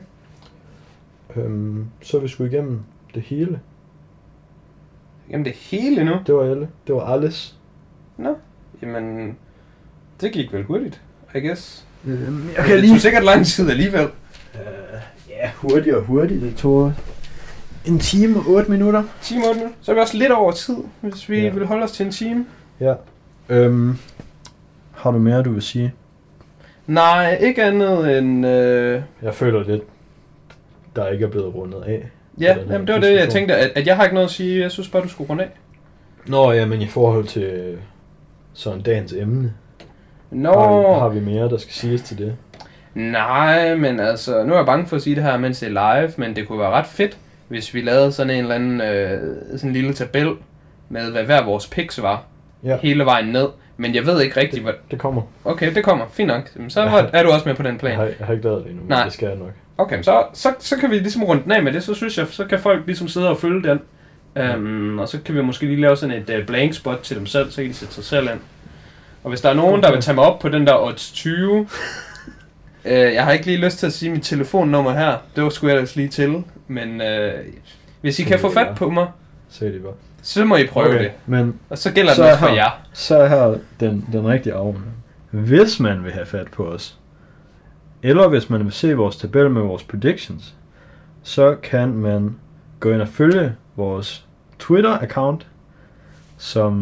Så er vi sgu igennem det hele. Jamen det hele nu? Det var alle. Det var alles. Nå, jamen, det gik vel hurtigt, I guess. Jeg kan lige... Det tog sikkert lang tid alligevel. Ja, hurtigt. Det tog 1 time og 8 minutter. 1 time og 8 minutter. Så er vi også lidt over tid, hvis vi vil holde os til 1 time. Ja. Har du mere, du vil sige? Nej, ikke andet end... Jeg føler lidt, der ikke er blevet rundet af. Ja, jamen, det var det, jeg tænkte, at jeg har ikke noget at sige. Jeg synes bare, du skulle runde af. Nå ja, men i forhold til sådan dagens emne. Har vi mere, der skal siges til det? Nej, men altså, nu er jeg bange for at sige det her, mens det er live, men det kunne være ret fedt, hvis vi lavede sådan en eller anden sådan en lille tabel med, hvad hver vores picks var, hele vejen ned. Men jeg ved ikke rigtigt, hvad... Det kommer. Okay, det kommer. Fint nok. Så er du også med på den plan. Jeg har ikke lavet det endnu, men det skal jeg nok. Okay, så kan vi ligesom runde den af med det, så synes jeg, så kan folk ligesom sidde og følge den. Og så kan vi måske lige lave sådan et blank spot til dem selv, så kan de sætte sig selv ind. Og hvis der er nogen, der vil tage mig op på den der odds 20... jeg har ikke lige lyst til at sige mit telefonnummer her. Det var sgu ellers lige til. Men hvis I kan få fat på mig, så må I prøve det. Men og så gælder det også for jer. Så er her den rigtige afrunding. Hvis man vil have fat på os, eller hvis man vil se vores tabel med vores predictions, så kan man gå ind og følge vores Twitter-account, som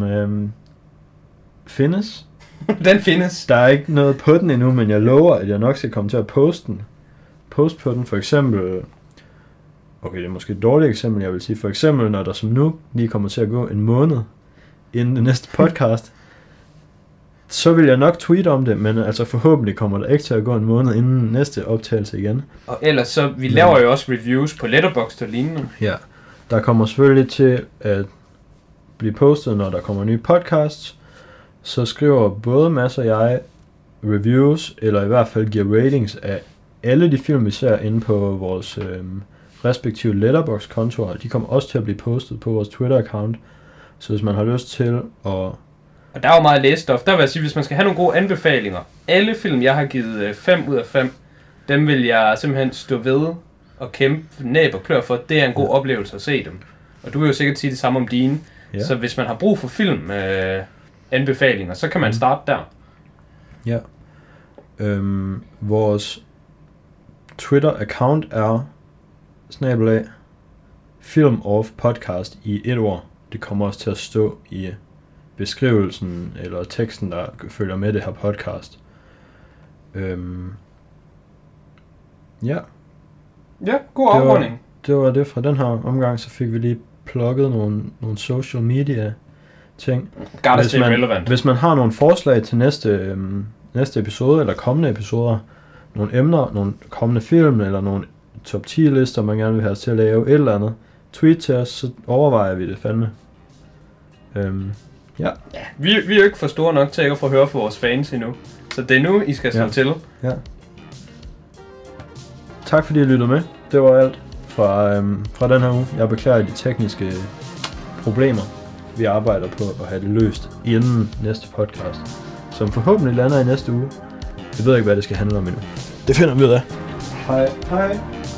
findes. Den findes. Der er ikke noget på den endnu, men jeg lover, at jeg nok skal komme til at poste på den. For eksempel, okay, det er måske et dårligt eksempel, jeg vil sige. For eksempel, når der som nu lige kommer til at gå en måned inden det næste podcast, så vil jeg nok tweete om det, men altså forhåbentlig kommer der ikke til at gå en måned inden næste optagelse igen. Og ellers så, vi laver jo også reviews på Letterboxd og lignende. Ja, der kommer selvfølgelig til at blive postet, når der kommer nye podcasts. Så skriver både Mads og jeg reviews, eller i hvert fald giver ratings af alle de film, vi ser inde på vores respektive Letterboxd-kontorer. De kommer også til at blive postet på vores Twitter-account. Så hvis man har lyst til at... Og der er jo meget læsestof. Der vil jeg sige, hvis man skal have nogle gode anbefalinger. Alle film, jeg har givet 5 ud af 5, dem vil jeg simpelthen stå ved og kæmpe næb og klør for. Det er en god oplevelse at se dem. Og du vil jo sikkert sige det samme om dine. Ja. Så hvis man har brug for film... anbefalinger, så kan man starte der. Ja. Vores Twitter-account er @filmoffpodcast i et ord. Det kommer også til at stå i beskrivelsen eller teksten, der følger med det her podcast. Ja. Ja, god afrunding. Det var det fra den her omgang, så fik vi lige plugget nogle social media ting. Hvis man har nogle forslag til næste episode, eller kommende episoder, nogle emner, nogle kommende film, eller nogle top 10 lister, man gerne vil have os til at lave, et eller andet, tweet til os, så overvejer vi det fandme. Ja. Vi er jo ikke for store nok til at få høre fra vores fans endnu, så det er nu, I skal slå til. Ja. Tak fordi I lyttede med. Det var alt fra den her uge. Jeg beklager de tekniske problemer. Vi arbejder på at have det løst inden næste podcast, som forhåbentlig lander i næste uge. Jeg ved ikke, hvad det skal handle om endnu. Det finder vi ud af. Hej.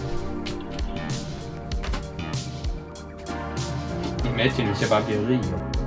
Imagine, hvis jeg bare bliver rig.